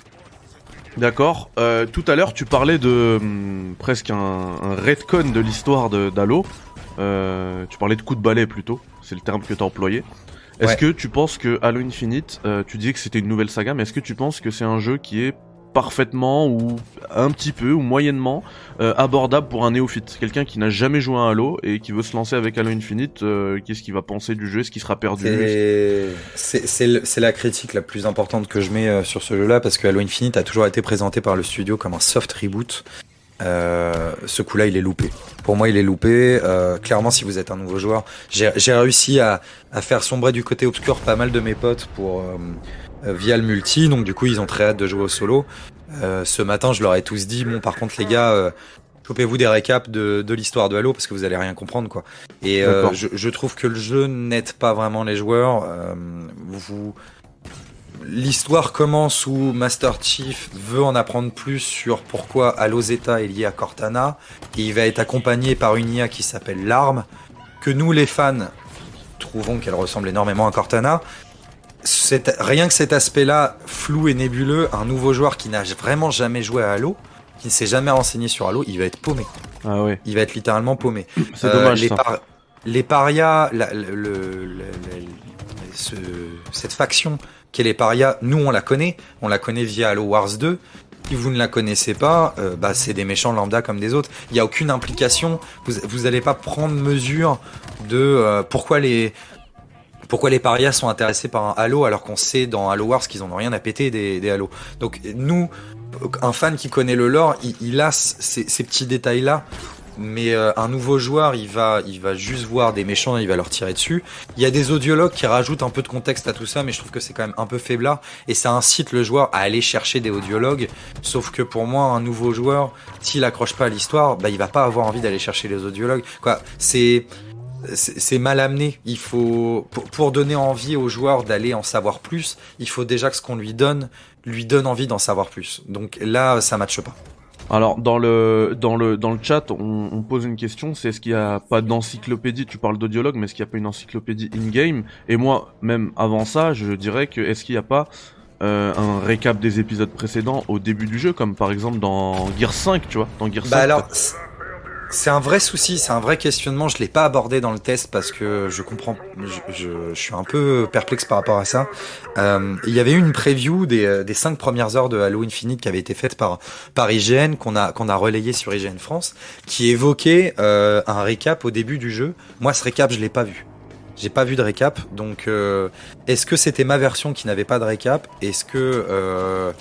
D'accord. Euh, tout à l'heure, tu parlais de hum, presque un, un retcon de l'histoire de- d'Halo. Euh, tu parlais de coup de balai plutôt, c'est le terme que tu as employé. Est-ce Ouais. que tu penses que Halo Infinite, euh, tu disais que c'était une nouvelle saga, mais est-ce que tu penses que c'est un jeu qui est parfaitement ou un petit peu ou moyennement euh, abordable pour un néophyte, quelqu'un qui n'a jamais joué à Halo et qui veut se lancer avec Halo Infinite, euh, qu'est-ce qu'il va penser du jeu, est-ce qu'il sera perdu? C'est c'est c'est le- c'est la critique la plus importante que je mets euh, sur ce jeu-là, parce que Halo Infinite a toujours été présenté par le studio comme un soft reboot. Euh, ce coup-là, il est loupé. Pour moi, il est loupé. Euh, clairement, si vous êtes un nouveau joueur, j'ai j'ai réussi à, à faire sombrer du côté obscur pas mal de mes potes pour euh, euh, via le multi. Donc du coup, ils ont très hâte de jouer au solo. Euh, ce matin, je leur ai tous dit, bon, par contre, les gars, euh, chopez-vous des récaps de, de l'histoire de Halo parce que vous allez rien comprendre, quoi. Et euh, D'accord. je, je trouve que le jeu n'aide pas vraiment les joueurs. Euh, vous L'histoire commence où Master Chief veut en apprendre plus sur pourquoi Halo Zeta est lié à Cortana, et il va être accompagné par une I A qui s'appelle l'Arme, que nous les fans trouvons qu'elle ressemble énormément à Cortana. C'est rien que cet aspect-là, flou et nébuleux, un nouveau joueur qui n'a vraiment jamais joué à Halo, qui ne s'est jamais renseigné sur Halo, il va être paumé. Ah ouais, Il va être littéralement paumé. c'est Euh, dommage les, ça. par- les parias, la- le, le- le- le- ce- cette faction qu'est les parias, nous on la connaît, on la connaît via Halo Wars deux. Si vous ne la connaissez pas, euh, bah c'est des méchants lambda comme des autres. Il n'y a aucune implication. Vous vous allez pas prendre mesure de euh, pourquoi les pourquoi les parias sont intéressés par un Halo alors qu'on sait dans Halo Wars qu'ils en ont rien à péter des, des Halo. Donc nous, un fan qui connaît le lore, il, il a ces, ces petits détails là. Mais euh, un nouveau joueur, il va, il va juste voir des méchants et il va leur tirer dessus. Il y a des audiologues qui rajoutent un peu de contexte à tout ça, mais je trouve que c'est quand même un peu faiblard. Et ça incite le joueur à aller chercher des audiologues. Sauf que pour moi, un nouveau joueur, s'il accroche pas à l'histoire, bah il va pas avoir envie d'aller chercher les audiologues. Quoi, c'est c'est c'est mal amené. Il faut pour, pour donner envie aux joueurs d'aller en savoir plus, il faut déjà que ce qu'on lui donne lui donne envie d'en savoir plus. Donc là, ça matche pas. Alors dans le dans le dans le chat, on, on pose une question, c'est est-ce qu'il y a pas d'encyclopédie? Tu parles d'audiologue, mais est-ce qu'il y a pas une encyclopédie in-game? Et moi, même avant ça, je dirais que est-ce qu'il y a pas euh, un récap des épisodes précédents au début du jeu, comme par exemple dans Gears cinq, tu vois, dans Gears Bah cinq. alors, c'est c'est un vrai souci, c'est un vrai questionnement. Je l'ai pas abordé dans le test parce que je comprends, je, je, je suis un peu perplexe par rapport à ça. Euh, il y avait eu une preview des, des cinq premières heures de Halo Infinite qui avait été faite par par I G N, qu'on a qu'on a relayé sur I G N France, qui évoquait euh, un récap au début du jeu. Moi, ce récap, je l'ai pas vu. J'ai pas vu de récap, donc euh, est-ce que c'était ma version qui n'avait pas de récap? Est-ce que euh,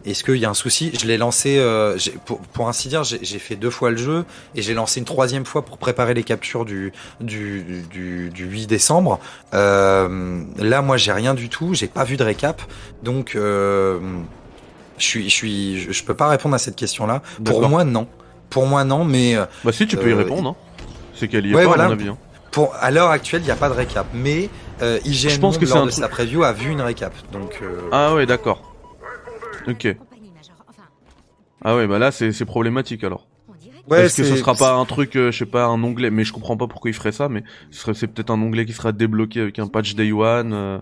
Est-ce qu'il y a un souci? Je l'ai lancé, euh, j'ai- pour, pour ainsi dire, j'ai j'ai fait deux fois le jeu et j'ai lancé une troisième fois pour préparer les captures du du du, du huit décembre. Euh, là, moi, j'ai rien du tout, j'ai pas vu de récap, donc euh, je suis je suis je, je peux pas répondre à cette question-là. Pour D'accord. moi, non. Pour moi, non, mais euh, Bah si, tu peux y euh, répondre, hein. C'est qu'elle y est ouais, pas, voilà. à mon avis. Hein. Pour à l'heure actuelle, il y a pas de récap, mais euh, Je I G N pense que Monde, c'est lors un de truc- sa preview a vu une récap, donc. Euh, Ah ouais, d'accord. Ok. Compagnie, Major. Enfin, Ah ouais, bah là, c'est c'est problématique alors. on dirait que- Ouais, Est-ce que ce c'est- sera pas un truc, euh, je sais pas, un onglet, mais je comprends pas pourquoi il ferait ça, mais ce serait c'est peut-être un onglet qui sera débloqué avec un patch Day One. euh,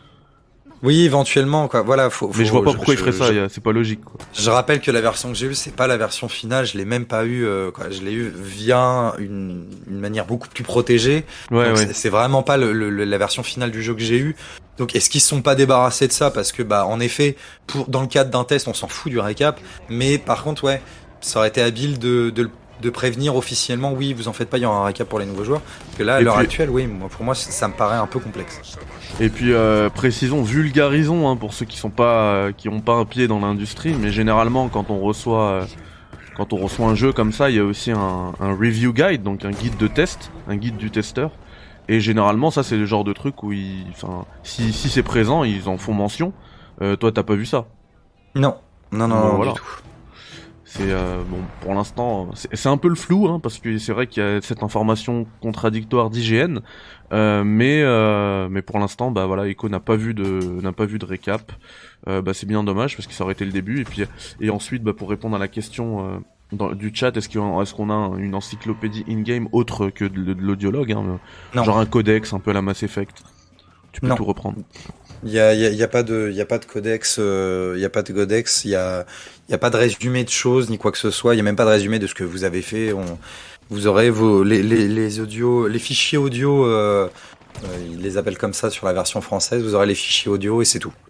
Oui, éventuellement, quoi. Voilà, faut. Mais je faut- vois pas pourquoi il ferait ça, je- y a- c'est pas logique. Quoi. Je rappelle que la version que j'ai eue, c'est pas la version finale. Je l'ai même pas eu. Euh, quoi. Je l'ai eu via une, une manière beaucoup plus protégée. Ouais, Donc ouais. c'est- c'est vraiment pas le, le- la version finale du jeu que j'ai eu. Donc est-ce qu'ils se sont pas débarrassés de ça parce que bah en effet, pour dans le cadre d'un test, on s'en fout du récap. Mais par contre, ouais, ça aurait été habile de de, le- de prévenir officiellement. Oui, vous en faites pas, il y aura un récap pour les nouveaux joueurs. Parce que là, à Et l'heure puis- actuelle, oui, moi, pour moi, ça ça me paraît un peu complexe. Et puis euh, précisons, vulgarisons hein, pour ceux qui sont pas, euh, qui ont pas un pied dans l'industrie, mais généralement quand on reçoit, euh, quand on reçoit un jeu comme ça, il y a aussi un, un review guide, donc un guide de test, un guide du testeur. Et généralement, ça c'est le genre de truc où, ils, enfin, si si c'est présent, ils en font mention. Euh, toi, t'as pas vu ça? Non, non, non, Bon, non, voilà. du tout. C'est euh, bon pour l'instant, c'est c'est un peu le flou, hein, parce que c'est vrai qu'il y a cette information contradictoire d'I G N, euh, mais euh, mais pour l'instant, bah voilà, Echo n'a pas vu de n'a pas vu de récap. Euh, bah c'est bien dommage parce que ça aurait été le début. Et puis et ensuite, bah pour répondre à la question euh, dans, du chat, est-ce qu'on est-ce qu'on a une encyclopédie in-game autre que de, de l'audiologue, hein, Non. genre un codex un peu à la Mass Effect. Tu peux Non. tout reprendre. Il y a, il y a, il y a pas de, il y a pas de codex, euh, il y a pas de codex, il y a, il y a pas de résumé de choses ni quoi que ce soit. Il y a même pas de résumé de ce que vous avez fait. On, vous aurez vos, les, les, les audios, les fichiers audio, euh, euh, ils les appellent comme ça sur la version française. Vous aurez les fichiers audio et c'est tout.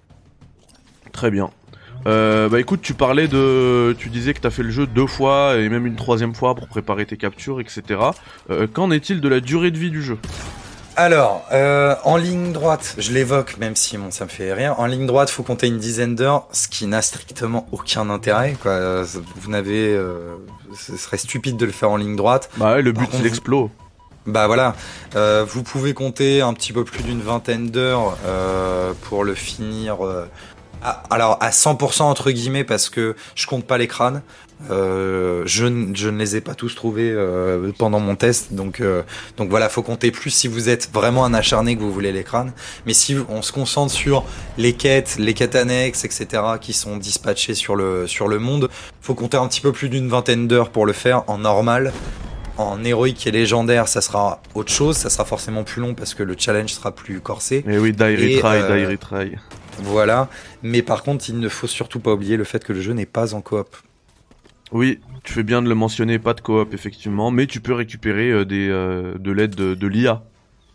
Très bien. Euh, bah écoute, tu parlais de, tu disais que t'as fait le jeu deux fois et même une troisième fois pour préparer tes captures, et cetera. Euh, qu'en est-il de la durée de vie du jeu? Alors, euh, en ligne droite, je l'évoque, même si bon, ça me fait rien. En ligne droite, faut compter une dizaine d'heures, ce qui n'a strictement aucun intérêt. Quoi. Euh, Vous n'avez, euh, ce serait stupide de le faire en ligne droite. Bah ouais, le but Par c'est contre, l'explo. Bah voilà, euh, vous pouvez compter un petit peu plus d'une vingtaine d'heures euh, pour le finir. Euh, à- alors à cent pour cent entre guillemets parce que je compte pas les crânes. Euh, je, n- je ne les ai pas tous trouvés euh, pendant mon test, donc euh, donc voilà, faut compter plus si vous êtes vraiment un acharné que vous voulez les crânes. Mais si on se concentre sur les quêtes, les quêtes annexes, et cetera qui sont dispatchées sur le sur le monde, faut compter un petit peu plus d'une vingtaine d'heures pour le faire en normal. En héroïque et légendaire, ça sera autre chose, ça sera forcément plus long parce que le challenge sera plus corsé. Et oui, die Et, retry, euh, die retry. Voilà. Mais par contre, il ne faut surtout pas oublier le fait que le jeu n'est pas en coop. Oui, tu fais bien de le mentionner, pas de coop effectivement, mais tu peux récupérer euh, des euh, de l'aide de, de l'I A.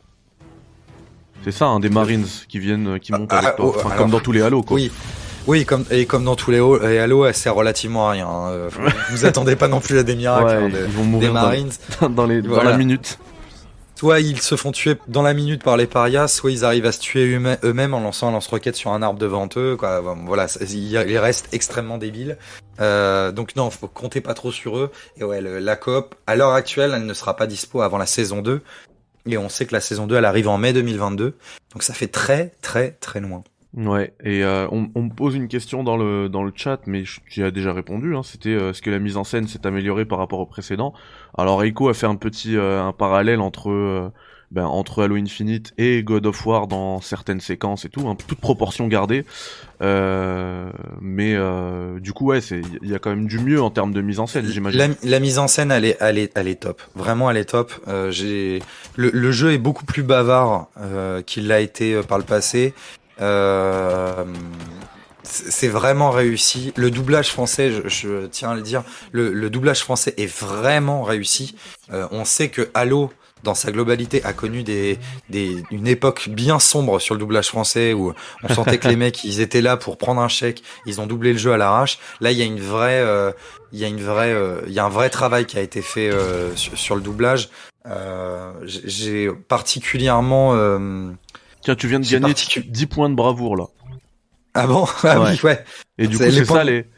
C'est ça, hein, des Marines qui viennent, euh, qui montent Ah, avec toi, oh, enfin, alors, comme dans tous les Halo, quoi. Oui. Oui, comme, et comme dans tous les, Halo- les Halo, elle sert relativement à rien. Hein. Euh, faut- Vous attendez pas non plus à des miracles Ouais, hein, de- ils vont des mourir dans, Marines. dans les, dans Voilà. la minute. Soit ils se font tuer dans la minute par les parias, soit ils arrivent à se tuer eux- eux-mêmes en lançant un lance-roquette sur un arbre devant eux. Quoi. Voilà, ça- il y a- ils restent extrêmement débiles. Euh, donc non, faut compter pas trop sur eux. Et ouais, le- la coop, à l'heure actuelle, elle ne sera pas dispo avant la saison deux. Et on sait que la saison deux, elle arrive en mai deux mille vingt-deux. Donc ça fait très, très, très loin. Ouais, et euh, on, on me pose une question dans le dans le chat, mais je- j'y ai déjà répondu. Hein, C'était euh, est-ce que la mise en scène s'est améliorée par rapport au précédent? Alors Echo a fait un petit euh, un parallèle entre euh, ben, entre Halo Infinite et God of War dans certaines séquences et tout, hein, toute proportion gardée. Euh, mais euh, du coup ouais, c'est il y a quand même du mieux en termes de mise en scène, j'imagine. La, la mise en scène, elle est, elle est, elle est top. Vraiment, elle est top. Euh, j'ai le, le jeu est beaucoup plus bavard euh, qu'il l'a été euh, par le passé. Euh, c'est c'est vraiment réussi. Le doublage français, je, je tiens à le dire, le, le doublage français est vraiment réussi. Euh, on sait que Halo, dans sa globalité, a connu des, des, une époque bien sombre sur le doublage français où on sentait que les mecs, ils étaient là pour prendre un chèque, ils ont doublé le jeu à l'arrache. Là, il y a une vraie, euh, il y a une vraie, euh, il y a un vrai travail qui a été fait euh, sur, sur le doublage. Euh, j'ai j'ai particulièrement. Euh... Tiens, tu viens de J'ai gagner particu- dix points de bravoure là. Ah bon? Ah Ouais. oui, ouais. Et du C'est coup, les c'est points- ça les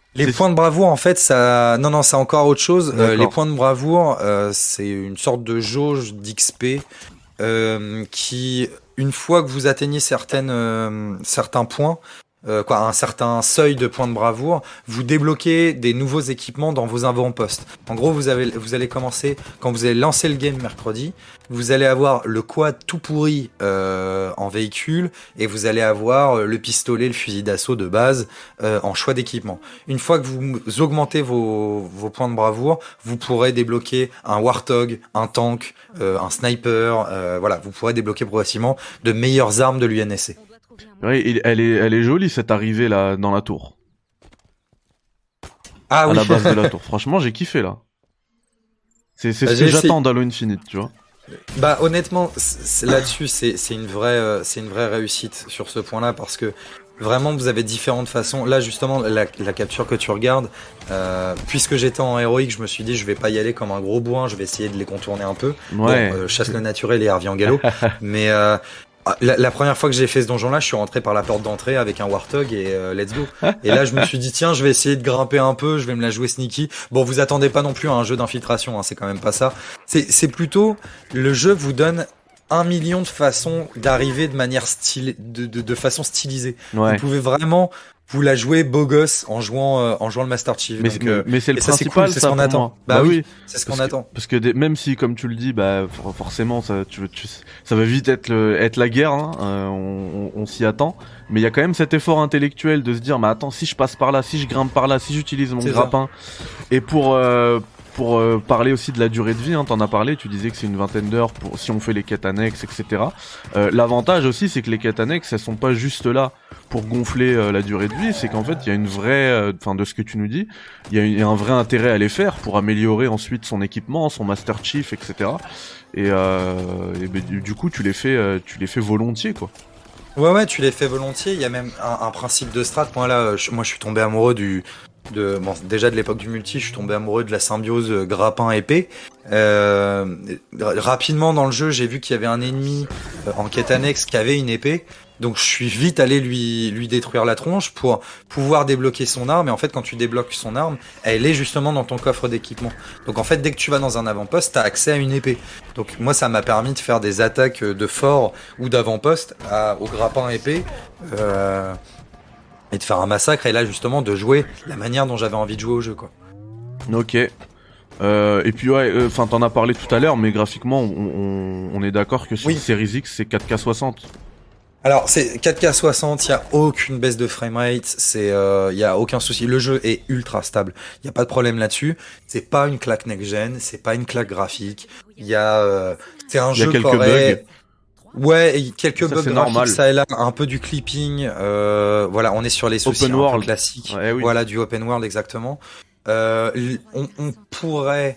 Les C'est- points de bravoure, en fait, ça, non, non, c'est encore autre chose. Euh, les D'accord. points de bravoure, euh, c'est une sorte de jauge d'X P euh, qui, une fois que vous atteignez certaines, euh, certains points, euh, quoi, un certain seuil de points de bravoure, vous débloquez des nouveaux équipements dans vos avant-postes. En gros, vous avez, vous allez commencer quand vous allez lancer le game mercredi. Vous allez avoir le quad tout pourri euh, en véhicule et vous allez avoir euh, le pistolet, le fusil d'assaut de base euh, en choix d'équipement. Une fois que vous augmentez vos, vos points de bravoure, vous pourrez débloquer un Warthog, un tank, euh, un sniper. Euh, voilà, vous pourrez débloquer progressivement de meilleures armes de l'U N S C. Ouais, il- elle est, elle est jolie cette arrivée là dans la tour, Ah à oui. la base de la tour. Franchement, j'ai kiffé là. C'est, c'est Bah, ce que j'ai essayé- j'attends d'Halo Infinite, tu vois. Bah honnêtement, c'est- là-dessus, c'est c'est une vraie, euh, c'est une vraie réussite sur ce point-là parce que vraiment vous avez différentes façons. Là justement, la, la capture que tu regardes, euh, puisque j'étais en héroïque, je me suis dit je vais pas y aller comme un gros bourrin, je vais essayer de les contourner un peu. Ouais. Bon, euh, chasse le naturel et revient en galop. Mais euh, la, la première fois que j'ai fait ce donjon-là, je suis rentré par la porte d'entrée avec un Warthog et euh, let's go. Et là, je me suis dit tiens, je vais essayer de grimper un peu, je vais me la jouer sneaky. Bon, vous attendez pas non plus à un jeu d'infiltration, hein, c'est quand même pas ça. C'est c'est plutôt le jeu vous donne un million de façons d'arriver de manière stylée, de, de, de façon stylisée. Ouais. Vous pouvez vraiment vous la jouer beau gosse en jouant euh, en jouant le Master Chief. Mais, Donc, c'est- euh, mais c'est le et ça, c'est principal, cool, c'est ce ça qu'on pour attend. moi. Bah oui, c'est ce qu'on Parce que- attend. Parce que des- même si, comme tu le dis, bah for- forcément, ça, tu, veux- tu- ça va vite être, le, être la guerre. Hein, euh, on on, on s'y attend. Mais il y a quand même cet effort intellectuel de se dire, mais attends, si je passe par là, si je grimpe par là, si j'utilise mon C'est ça. grappin, et pour euh, pour euh, parler aussi de la durée de vie, hein, t'en as parlé, tu disais que c'est une vingtaine d'heures pour si on fait les quêtes annexes, et cetera. Euh, L'avantage aussi, c'est que les quêtes annexes, elles sont pas juste là pour gonfler euh, la durée de vie, c'est qu'en fait, il y a une vraie, enfin de ce que tu nous dis, il y, a une- il y a un vrai intérêt à les faire pour améliorer ensuite son équipement, son Master Chief, et cetera. Et, euh, et ben, du, du coup, tu les fais, euh, tu les fais volontiers, quoi. Ouais, ouais, tu les fais volontiers. Il y a même un, un principe de strat. Moi, là, je, moi, je suis tombé amoureux du, de, bon, déjà de l'époque du multi, je suis tombé amoureux de la symbiose euh, grappin-épée. Euh, rapidement dans le jeu, j'ai vu qu'il y avait un ennemi euh, en quête annexe qui avait une épée. Donc, je suis vite allé lui, lui détruire la tronche pour pouvoir débloquer son arme. Et en fait, quand tu débloques son arme, elle est justement dans ton coffre d'équipement. Donc, en fait, dès que tu vas dans un avant-poste, t'as accès à une épée. Donc, moi, ça m'a permis de faire des attaques de fort ou d'avant-poste à- au grappin épée. Euh, et de faire un massacre. Et là, justement, de jouer la manière dont j'avais envie de jouer au jeu, quoi. Ok. Euh, et puis ouais, enfin t'en as parlé tout à l'heure, mais graphiquement, on, on, on est d'accord que sur Oui. Series X, c'est quatre K soixante. Alors, c'est quatre K soixante, il y a aucune baisse de framerate, c'est euh, il y a aucun souci. Le jeu est ultra stable. Il y a pas de problème là-dessus. C'est pas une claque next gen, c'est pas une claque graphique. Il y a euh, c'est un Il y a jeu quelques qu'aurait- Ouais, et quelques Ça, bugs c'est graphiques, normal. ça et là, un peu du clipping. Euh, voilà, on est sur les soucis Open un peu world. classiques. Ouais, oui. Voilà, du open world exactement. Euh, l- on, on pourrait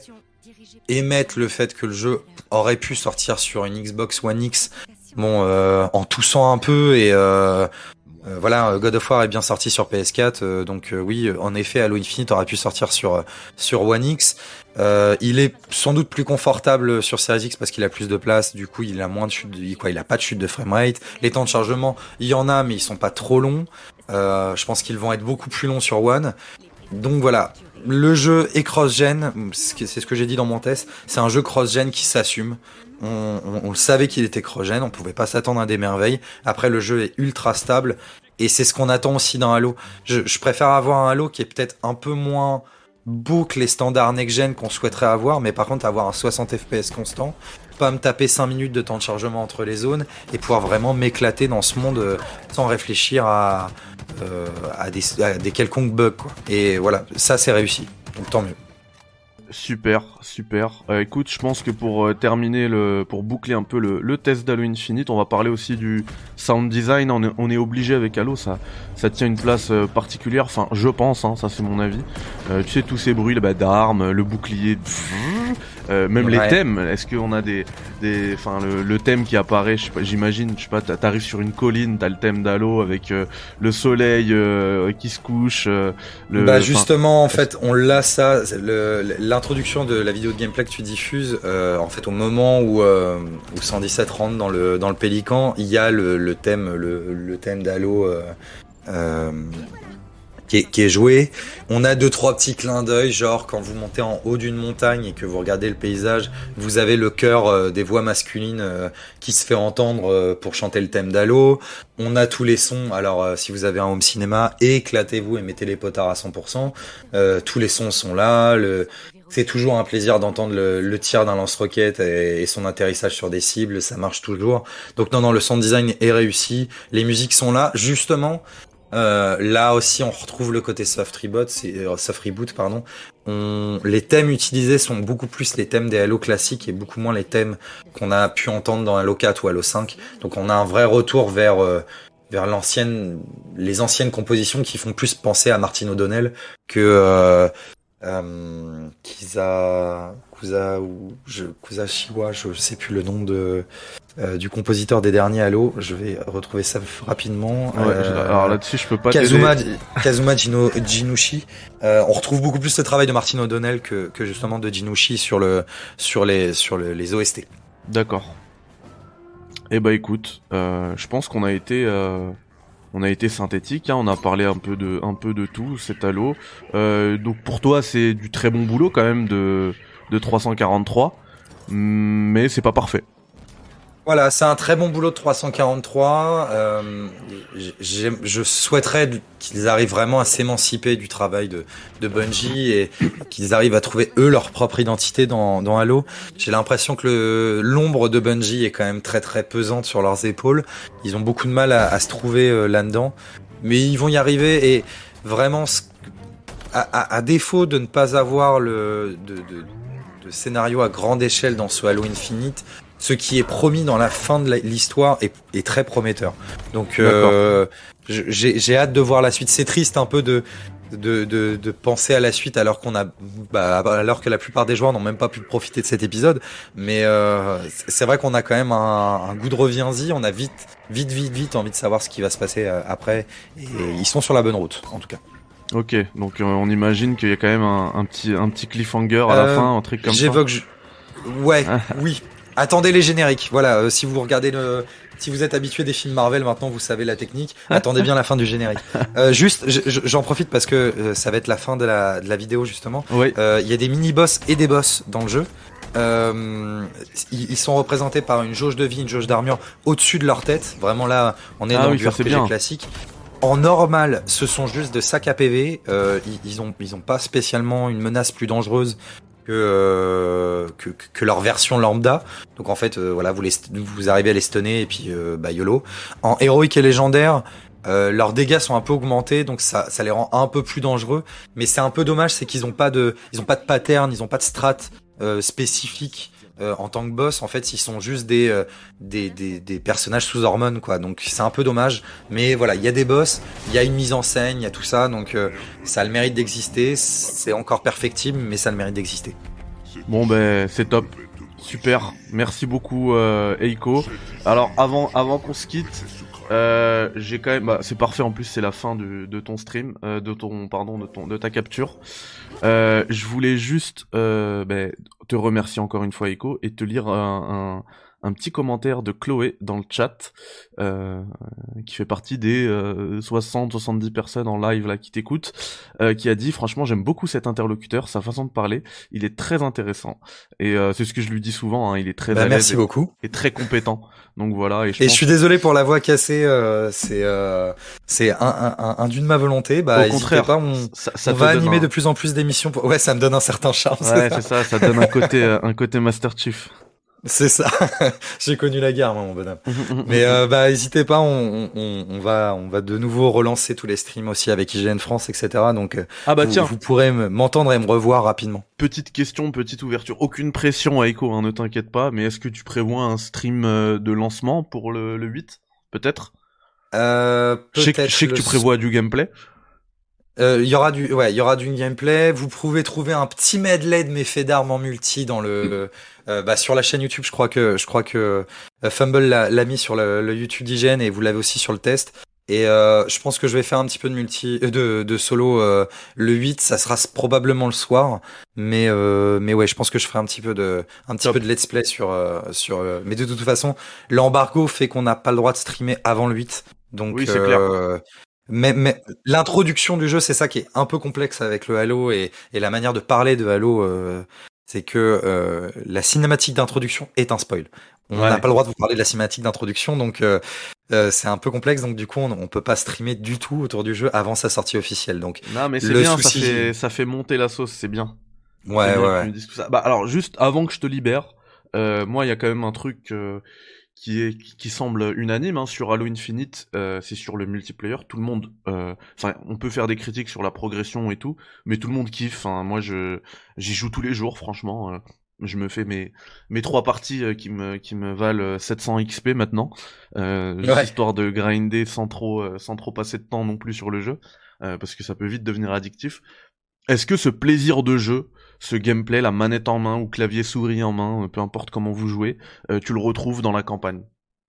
émettre le fait que le jeu aurait pu sortir sur une Xbox One X, bon, euh, en toussant un peu et euh, euh, voilà, God of War est bien sorti sur P S quatre, euh, donc euh, oui, en effet, Halo Infinite aurait pu sortir sur sur One X. Euh, il est sans doute plus confortable sur Series X parce qu'il a plus de place, du coup il a moins de chute, de, quoi, il a pas de chute de framerate. Les temps de chargement, il y en a, mais ils sont pas trop longs. Euh, je pense qu'ils vont être beaucoup plus longs sur One. Donc voilà, le jeu est cross-gen, c'est ce que j'ai dit dans mon test, c'est un jeu cross-gen qui s'assume. On, on, on le savait qu'il était cross-gen, on pouvait pas s'attendre à des merveilles. Après, le jeu est ultra stable, et c'est ce qu'on attend aussi d'un Halo. Je, je préfère avoir un Halo qui est peut-être un peu moins beau que les standards next-gen qu'on souhaiterait avoir, mais par contre avoir un soixante F P S constant, pas me taper cinq minutes de temps de chargement entre les zones, et pouvoir vraiment m'éclater dans ce monde euh, sans réfléchir à... Euh, à, des, à des quelconques bugs, quoi. Et voilà, ça c'est réussi, donc tant mieux. Super, super. Euh, écoute, je pense que pour euh, terminer, le, pour boucler un peu le, le test d'Halo Infinite, on va parler aussi du sound design. On est, on est obligé avec Halo, ça, ça tient une place euh, particulière. Enfin, je pense, hein, ça c'est mon avis. Euh, tu sais, tous ces bruits bah, d'armes, le bouclier, euh, même Ouais. les thèmes. Est-ce qu'on a des, des, enfin, le, le thème qui apparaît, je sais pas, j'imagine, je sais pas, t'a- t'arrives sur une colline, t'as le thème d'Halo avec euh, le soleil euh, qui se couche. Euh, le, bah enfin, justement, en fait, on l'a ça. c'est le- L'introduction de la vidéo de gameplay que tu diffuses, euh, en fait, au moment où, euh, où cent dix-sept rentre dans le dans le Pélican, il y a le, le thème le, le thème d'Halo. Euh, euh, qui est, qui est joué. On a deux trois petits clins d'œil, genre quand vous montez en haut d'une montagne et que vous regardez le paysage, vous avez le chœur euh, des voix masculines euh, qui se fait entendre euh, pour chanter le thème d'Halo. On a tous les sons. Alors euh, si vous avez un home cinéma, éclatez-vous et mettez les potards à cent pour cent. Euh, tous les sons sont là. Le... C'est toujours un plaisir d'entendre le, le tir d'un lance-roquette et, et son atterrissage sur des cibles. Ça marche toujours. Donc non, non, le sound design est réussi. Les musiques sont là, justement. Euh, là aussi, on retrouve le côté soft reboot, c'est euh, soft reboot, pardon. On, les thèmes utilisés sont beaucoup plus les thèmes des Halo classiques et beaucoup moins les thèmes qu'on a pu entendre dans Halo quatre ou Halo cinq. Donc, on a un vrai retour vers euh, vers l'ancienne, les anciennes compositions qui font plus penser à Martin O'Donnell que euh, euh, Kiza, Kuza ou je, Kuza Shiwa, je sais plus le nom de euh, du compositeur des derniers Halo. Je vais retrouver ça rapidement. Ouais, euh, alors là-dessus, je peux pas Kazuma, Kazuma Jino, Jinushi. Euh, on retrouve beaucoup plus le travail de Martin O'Donnell que, que justement de Jinushi sur le sur les sur le, les O S T. D'accord. Eh bah écoute, euh, je pense qu'on a été euh, on a été synthétique, hein, on a parlé un peu de un peu de tout cet Halo. Euh, donc pour toi, c'est du très bon boulot quand même de de trois cent quarante-trois, mais c'est pas parfait. Voilà, c'est un très bon boulot de trois cent quarante-trois. Euh, je souhaiterais qu'ils arrivent vraiment à s'émanciper du travail de, de Bungie et qu'ils arrivent à trouver eux leur propre identité dans, dans Halo. J'ai l'impression que le, l'ombre de Bungie est quand même très très pesante sur leurs épaules. Ils ont beaucoup de mal à, à se trouver euh, là-dedans, mais ils vont y arriver. Et vraiment, à, à, à défaut de ne pas avoir le de, de, de scénario à grande échelle dans ce Halo Infinite, ce qui est promis dans la fin de l'histoire est, est très prometteur. Donc euh, j'ai, j'ai hâte de voir la suite. C'est triste un peu de de, de, de penser à la suite alors qu'on a, bah, alors que la plupart des joueurs n'ont même pas pu profiter de cet épisode. Mais euh, c'est vrai qu'on a quand même un, un goût de reviens-y. On a vite, vite, vite, vite envie de savoir ce qui va se passer après. Et ils sont sur la bonne route, en tout cas. Ok, donc euh, on imagine qu'il y a quand même un, un petit, un petit cliffhanger à euh, la fin, un truc comme j'évoque ça. J'évoque, ouais, oui. Attendez les génériques. Voilà, euh, si vous regardez le, si vous êtes habitué des films Marvel, maintenant vous savez la technique. Attendez bien la fin du générique. Euh, juste, j'en profite parce que euh, ça va être la fin de la de la vidéo justement. Il oui. euh, y a des mini boss et des boss dans le jeu. Euh, ils sont représentés par une jauge de vie, une jauge d'armure au-dessus de leur tête. Vraiment là, on est ah dans oui, du R P G classique. En normal, ce sont juste de sacs à P V. Euh, ils, ils ont ils ont pas spécialement une menace plus dangereuse que, euh, que que leur version lambda. Donc en fait, euh, voilà, vous les vous arrivez à les stunner et puis euh, bah YOLO. En héroïque et légendaire, euh, leurs dégâts sont un peu augmentés, donc ça ça les rend un peu plus dangereux. Mais c'est un peu dommage, c'est qu'ils ont pas de ils ont pas de pattern, ils ont pas de strat euh, spécifique. Euh, en tant que boss, en fait, ils sont juste des euh, des, des des personnages sous hormones, quoi. Donc c'est un peu dommage, mais voilà, il y a des boss, il y a une mise en scène, il y a tout ça, donc euh, ça a le mérite d'exister. C'est encore perfectible, mais ça a le mérite d'exister. Bon ben c'est top, super. Merci beaucoup euh, Eiko. Alors avant avant qu'on se quitte, euh, j'ai quand même, bah, c'est parfait. En plus c'est la fin de de ton stream, euh, de ton pardon de ton de ta capture. Euh, je voulais juste euh, bah, te remercier encore une fois Eiko et te lire un, un, un petit commentaire de Chloé dans le chat euh, qui fait partie des euh, soixante soixante-dix personnes en live là qui t'écoutent, euh, qui a dit franchement j'aime beaucoup cet interlocuteur, sa façon de parler, il est très intéressant et euh, c'est ce que je lui dis souvent, hein, il est très bah, à l'aise merci et, beaucoup et très compétent. Donc voilà. Et je, et pense... je suis désolé pour la voix cassée, euh, c'est euh, c'est un, un, un, un d'une ma volonté. Bah, au contraire, pas, on, ça, ça on va animer un... de plus en plus d'émissions. Pour... Ouais, ça me donne un certain charme. Ouais, c'est ça, ça donne un côté, un côté Master Chief. C'est ça. J'ai connu la guerre, moi, mon bonhomme. Mais euh, bah, n'hésitez pas, on, on, on va, on va de nouveau relancer tous les streams aussi avec I G N France, et cetera. Donc, ah bah vous, tiens, vous pourrez m'entendre et me revoir rapidement. Petite question, petite ouverture. Aucune pression, Eiko, hein, ne t'inquiète pas. Mais est-ce que tu prévois un stream de lancement pour le, le huit, peut-être? Euh, peut-être. Je sais que tu prévois du gameplay. Il euh, y aura du, ouais, il y aura du gameplay. Vous pouvez trouver un petit medley de mes faits d'armes en multi dans le, euh, bah, sur la chaîne YouTube. Je crois que, je crois que euh, Fumble l'a, l'a mis sur le, le YouTube d'I G N et vous l'avez aussi sur le test. Et euh, je pense que je vais faire un petit peu de multi, euh, de, de solo euh, le huit. Ça sera probablement le soir, mais euh, mais ouais, je pense que je ferai un petit peu de, un petit Top. peu de let's play sur euh, sur. Euh, mais de toute façon, l'embargo fait qu'on n'a pas le droit de streamer avant le huit. Donc oui, c'est euh, clair. Mais, mais l'introduction du jeu, c'est ça qui est un peu complexe avec le Halo et, et la manière de parler de Halo, euh, c'est que euh, la cinématique d'introduction est un spoil. On n'a Ouais. pas le droit de vous parler de la cinématique d'introduction, donc euh, euh, c'est un peu complexe. Donc du coup, on, on peut pas streamer du tout autour du jeu avant sa sortie officielle. Donc Non, mais c'est le bien, ça souci, fait, ça fait monter la sauce, c'est bien. C'est ouais, ouais, bien que tu ouais. me dises tout ça. Bah alors juste avant que je te libère, euh, moi il y a quand même un truc euh, qui est qui, qui semble unanime hein, sur Halo Infinite, euh, c'est sur le multiplayer. Tout le monde, euh, enfin on peut faire des critiques sur la progression et tout, mais tout le monde kiffe. Hein. Moi je j'y joue tous les jours, franchement. Euh, je me fais mes mes trois parties euh, qui me qui me valent sept cents X P maintenant, euh, juste Ouais. histoire de grinder sans trop euh, sans trop passer de temps non plus sur le jeu, euh, parce que ça peut vite devenir addictif. Est-ce que ce plaisir de jeu, ce gameplay, la manette en main ou clavier souris en main, euh, peu importe comment vous jouez, euh, tu le retrouves dans la campagne?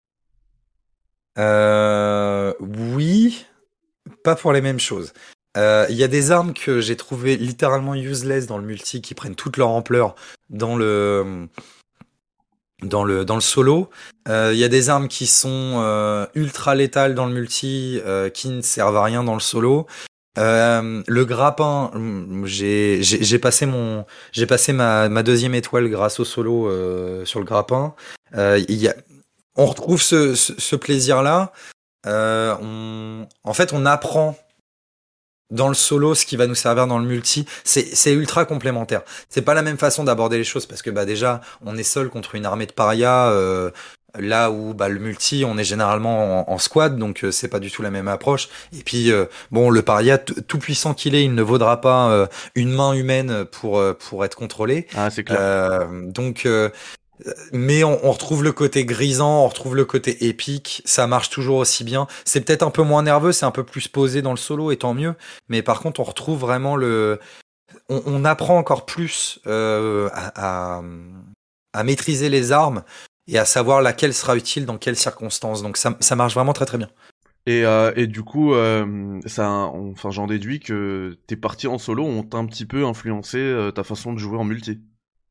Euh, oui, pas pour les mêmes choses. Euh, Il y a des armes que j'ai trouvées littéralement useless dans le multi qui prennent toute leur ampleur dans le dans le dans le solo. Euh, Il y a des armes qui sont euh, ultra létales dans le multi euh, qui ne servent à rien dans le solo. Euh, le grappin, hum, j'ai j'ai j'ai passé mon j'ai passé ma ma deuxième étoile grâce au solo euh, sur le grappin. Euh, il y a on retrouve ce ce, ce plaisir-là. Euh, on en fait on apprend dans le solo ce qui va nous servir dans le multi. C'est c'est ultra complémentaire. C'est pas la même façon d'aborder les choses parce que bah déjà on est seul contre une armée de parias. Euh, Là où bah, le multi, on est généralement en, en squad, donc euh, c'est pas du tout la même approche. Et puis euh, bon, le paria, t- tout puissant qu'il est, il ne vaudra pas euh, une main humaine pour euh, pour être contrôlé. Ah, c'est clair. Euh, donc, euh, mais on, on retrouve le côté grisant, on retrouve le côté épique. Ça marche toujours aussi bien. C'est peut-être un peu moins nerveux, c'est un peu plus posé dans le solo, et tant mieux. Mais par contre, on retrouve vraiment le, on, on apprend encore plus euh, à, à à maîtriser les armes et à savoir laquelle sera utile dans quelles circonstances. Donc ça, ça marche vraiment très très bien. Et, euh, et du coup, euh, ça, enfin, j'en déduis que tes parties en solo ont un petit peu influencé euh, ta façon de jouer en multi.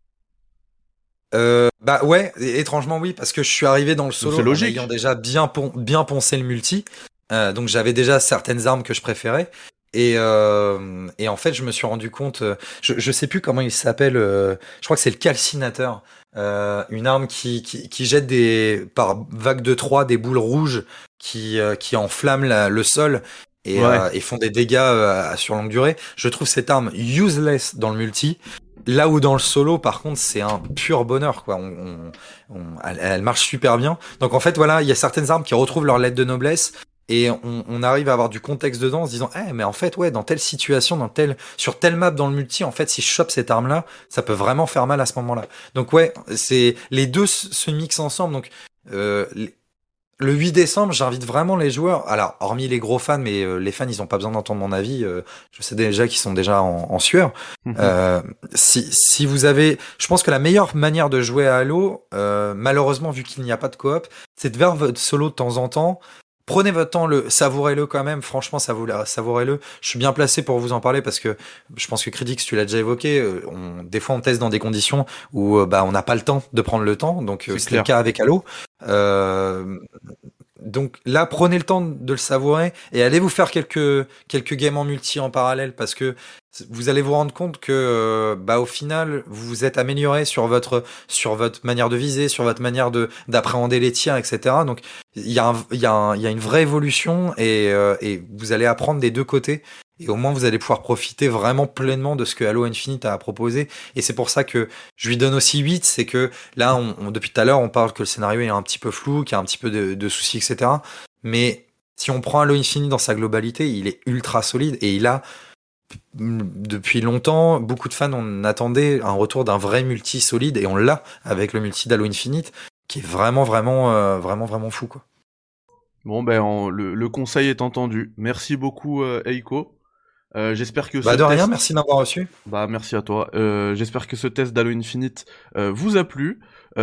Euh, bah ouais, étrangement oui, parce que je suis arrivé dans le C'est solo en ayant logique. déjà bien, pon bien poncé le multi. Euh, donc j'avais déjà certaines armes que je préférais. Et, euh, et en fait, je me suis rendu compte, euh, je, je sais plus comment il s'appelle, euh, je crois que c'est le calcinateur, euh, une arme qui, qui, qui jette des, par vague de trois des boules rouges qui, euh, qui enflamment la- le sol et, Ouais. euh, et font des dégâts euh, sur longue durée. Je trouve cette arme useless dans le multi. Là où dans le solo, par contre, c'est un pur bonheur, quoi. On, on, on- elle, elle marche super bien. Donc en fait, voilà, il y a certaines armes qui retrouvent leur lettre de noblesse et on, on arrive à avoir du contexte dedans en se disant, eh, mais en fait, ouais, dans telle situation, dans telle, sur telle map dans le multi, en fait, si je chope cette arme-là, ça peut vraiment faire mal à ce moment-là. Donc ouais, c'est les deux se se mixent ensemble. Donc euh, le huit décembre, j'invite vraiment les joueurs, alors hormis les gros fans, mais euh, les fans, ils ont pas besoin d'entendre mon avis, euh, je sais déjà qu'ils sont déjà en, en sueur. Euh, si, si vous avez, je pense que la meilleure manière de jouer à Halo, euh, malheureusement vu qu'il n'y a pas de coop, c'est de faire votre solo de temps en temps. Prenez votre temps, le savourez-le quand même. Franchement, savourez- savourez-le. Je suis bien placé pour vous en parler parce que je pense que Critics, tu l'as déjà évoqué. euh, On, des fois, on teste dans des conditions où euh, bah on n'a pas le temps de prendre le temps. Donc euh, C'est c'était le clair. cas avec Halo. Euh, donc là, prenez le temps de le savourer et allez vous faire quelques quelques games en multi en parallèle parce que vous allez vous rendre compte que euh, bah au final vous vous êtes amélioré sur votre sur votre manière de viser, sur votre manière de d'appréhender les tirs, et cetera. Donc il y a un- il y a un- il y a une vraie évolution et euh, et vous allez apprendre des deux côtés. Et au moins, vous allez pouvoir profiter vraiment pleinement de ce que Halo Infinite a à proposer. Et c'est pour ça que je lui donne aussi huit. C'est que là, on, on- depuis tout à l'heure, on parle que le scénario est un petit peu flou, qu'il y a un petit peu de, de soucis, et cetera. Mais si on prend Halo Infinite dans sa globalité, il est ultra solide et il a, mm, depuis longtemps, beaucoup de fans on attendait un retour d'un vrai multi solide et on l'a avec le multi d'Halo Infinite qui est vraiment, vraiment, euh, vraiment, vraiment fou, quoi. Bon, ben, en- le, le conseil est entendu. Merci beaucoup, euh, Eiko. Euh, j'espère que ce Bah de rien, test merci de m'avoir reçu. Bah merci à toi. Euh, j'espère que ce test d'Halo Infinite euh, vous a plu.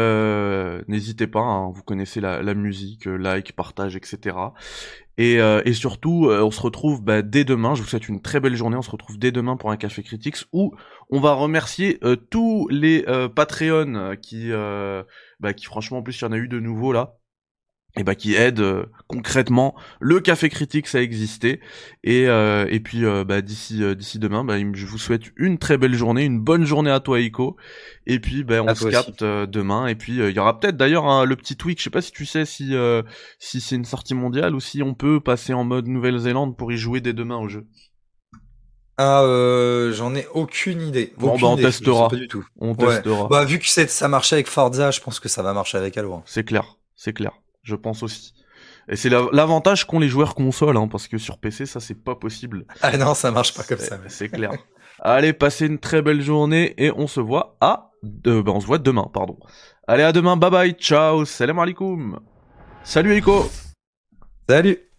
Euh, n'hésitez pas, hein, vous connaissez la, la musique, euh, like, partage, et cetera. Et, euh, et surtout, euh, on se retrouve bah, dès demain. Je vous souhaite une très belle journée. On se retrouve dès demain pour un Café Critics où on va remercier euh, tous les euh, Patreons qui, euh, bah, qui franchement en plus il y en a eu de nouveaux là. et bah qui aide euh, concrètement le Café Critique à exister. Et euh, et puis euh, bah d'ici euh, d'ici demain, bah je vous souhaite une très belle journée, une bonne journée à toi Iko. Et puis bah on À se toi aussi. capte euh, demain. Et puis il euh, y aura peut-être d'ailleurs hein, le petit tweak. Je sais pas si tu sais si euh, si c'est une sortie mondiale ou si on peut passer en mode Nouvelle-Zélande pour y jouer dès demain au jeu. Ah, euh, j'en ai aucune idée. Bon bah Aucune on idée. Je sais testera, pas du tout. on Ouais. testera. Bah, vu que c'est, ça marchait avec Forza, je pense que ça va marcher avec Halo, hein. C'est clair, c'est clair. Je pense aussi. Et c'est la- l'avantage qu'ont les joueurs console, hein, parce que sur P C ça c'est pas possible. Ah non, ça marche pas comme C'est ça. mais- c'est clair. Allez, passez une très belle journée et on se voit à... Euh, bah, on se voit demain, pardon. Allez, à demain, bye bye, ciao, salam alaikum. Salut Iko. Salut!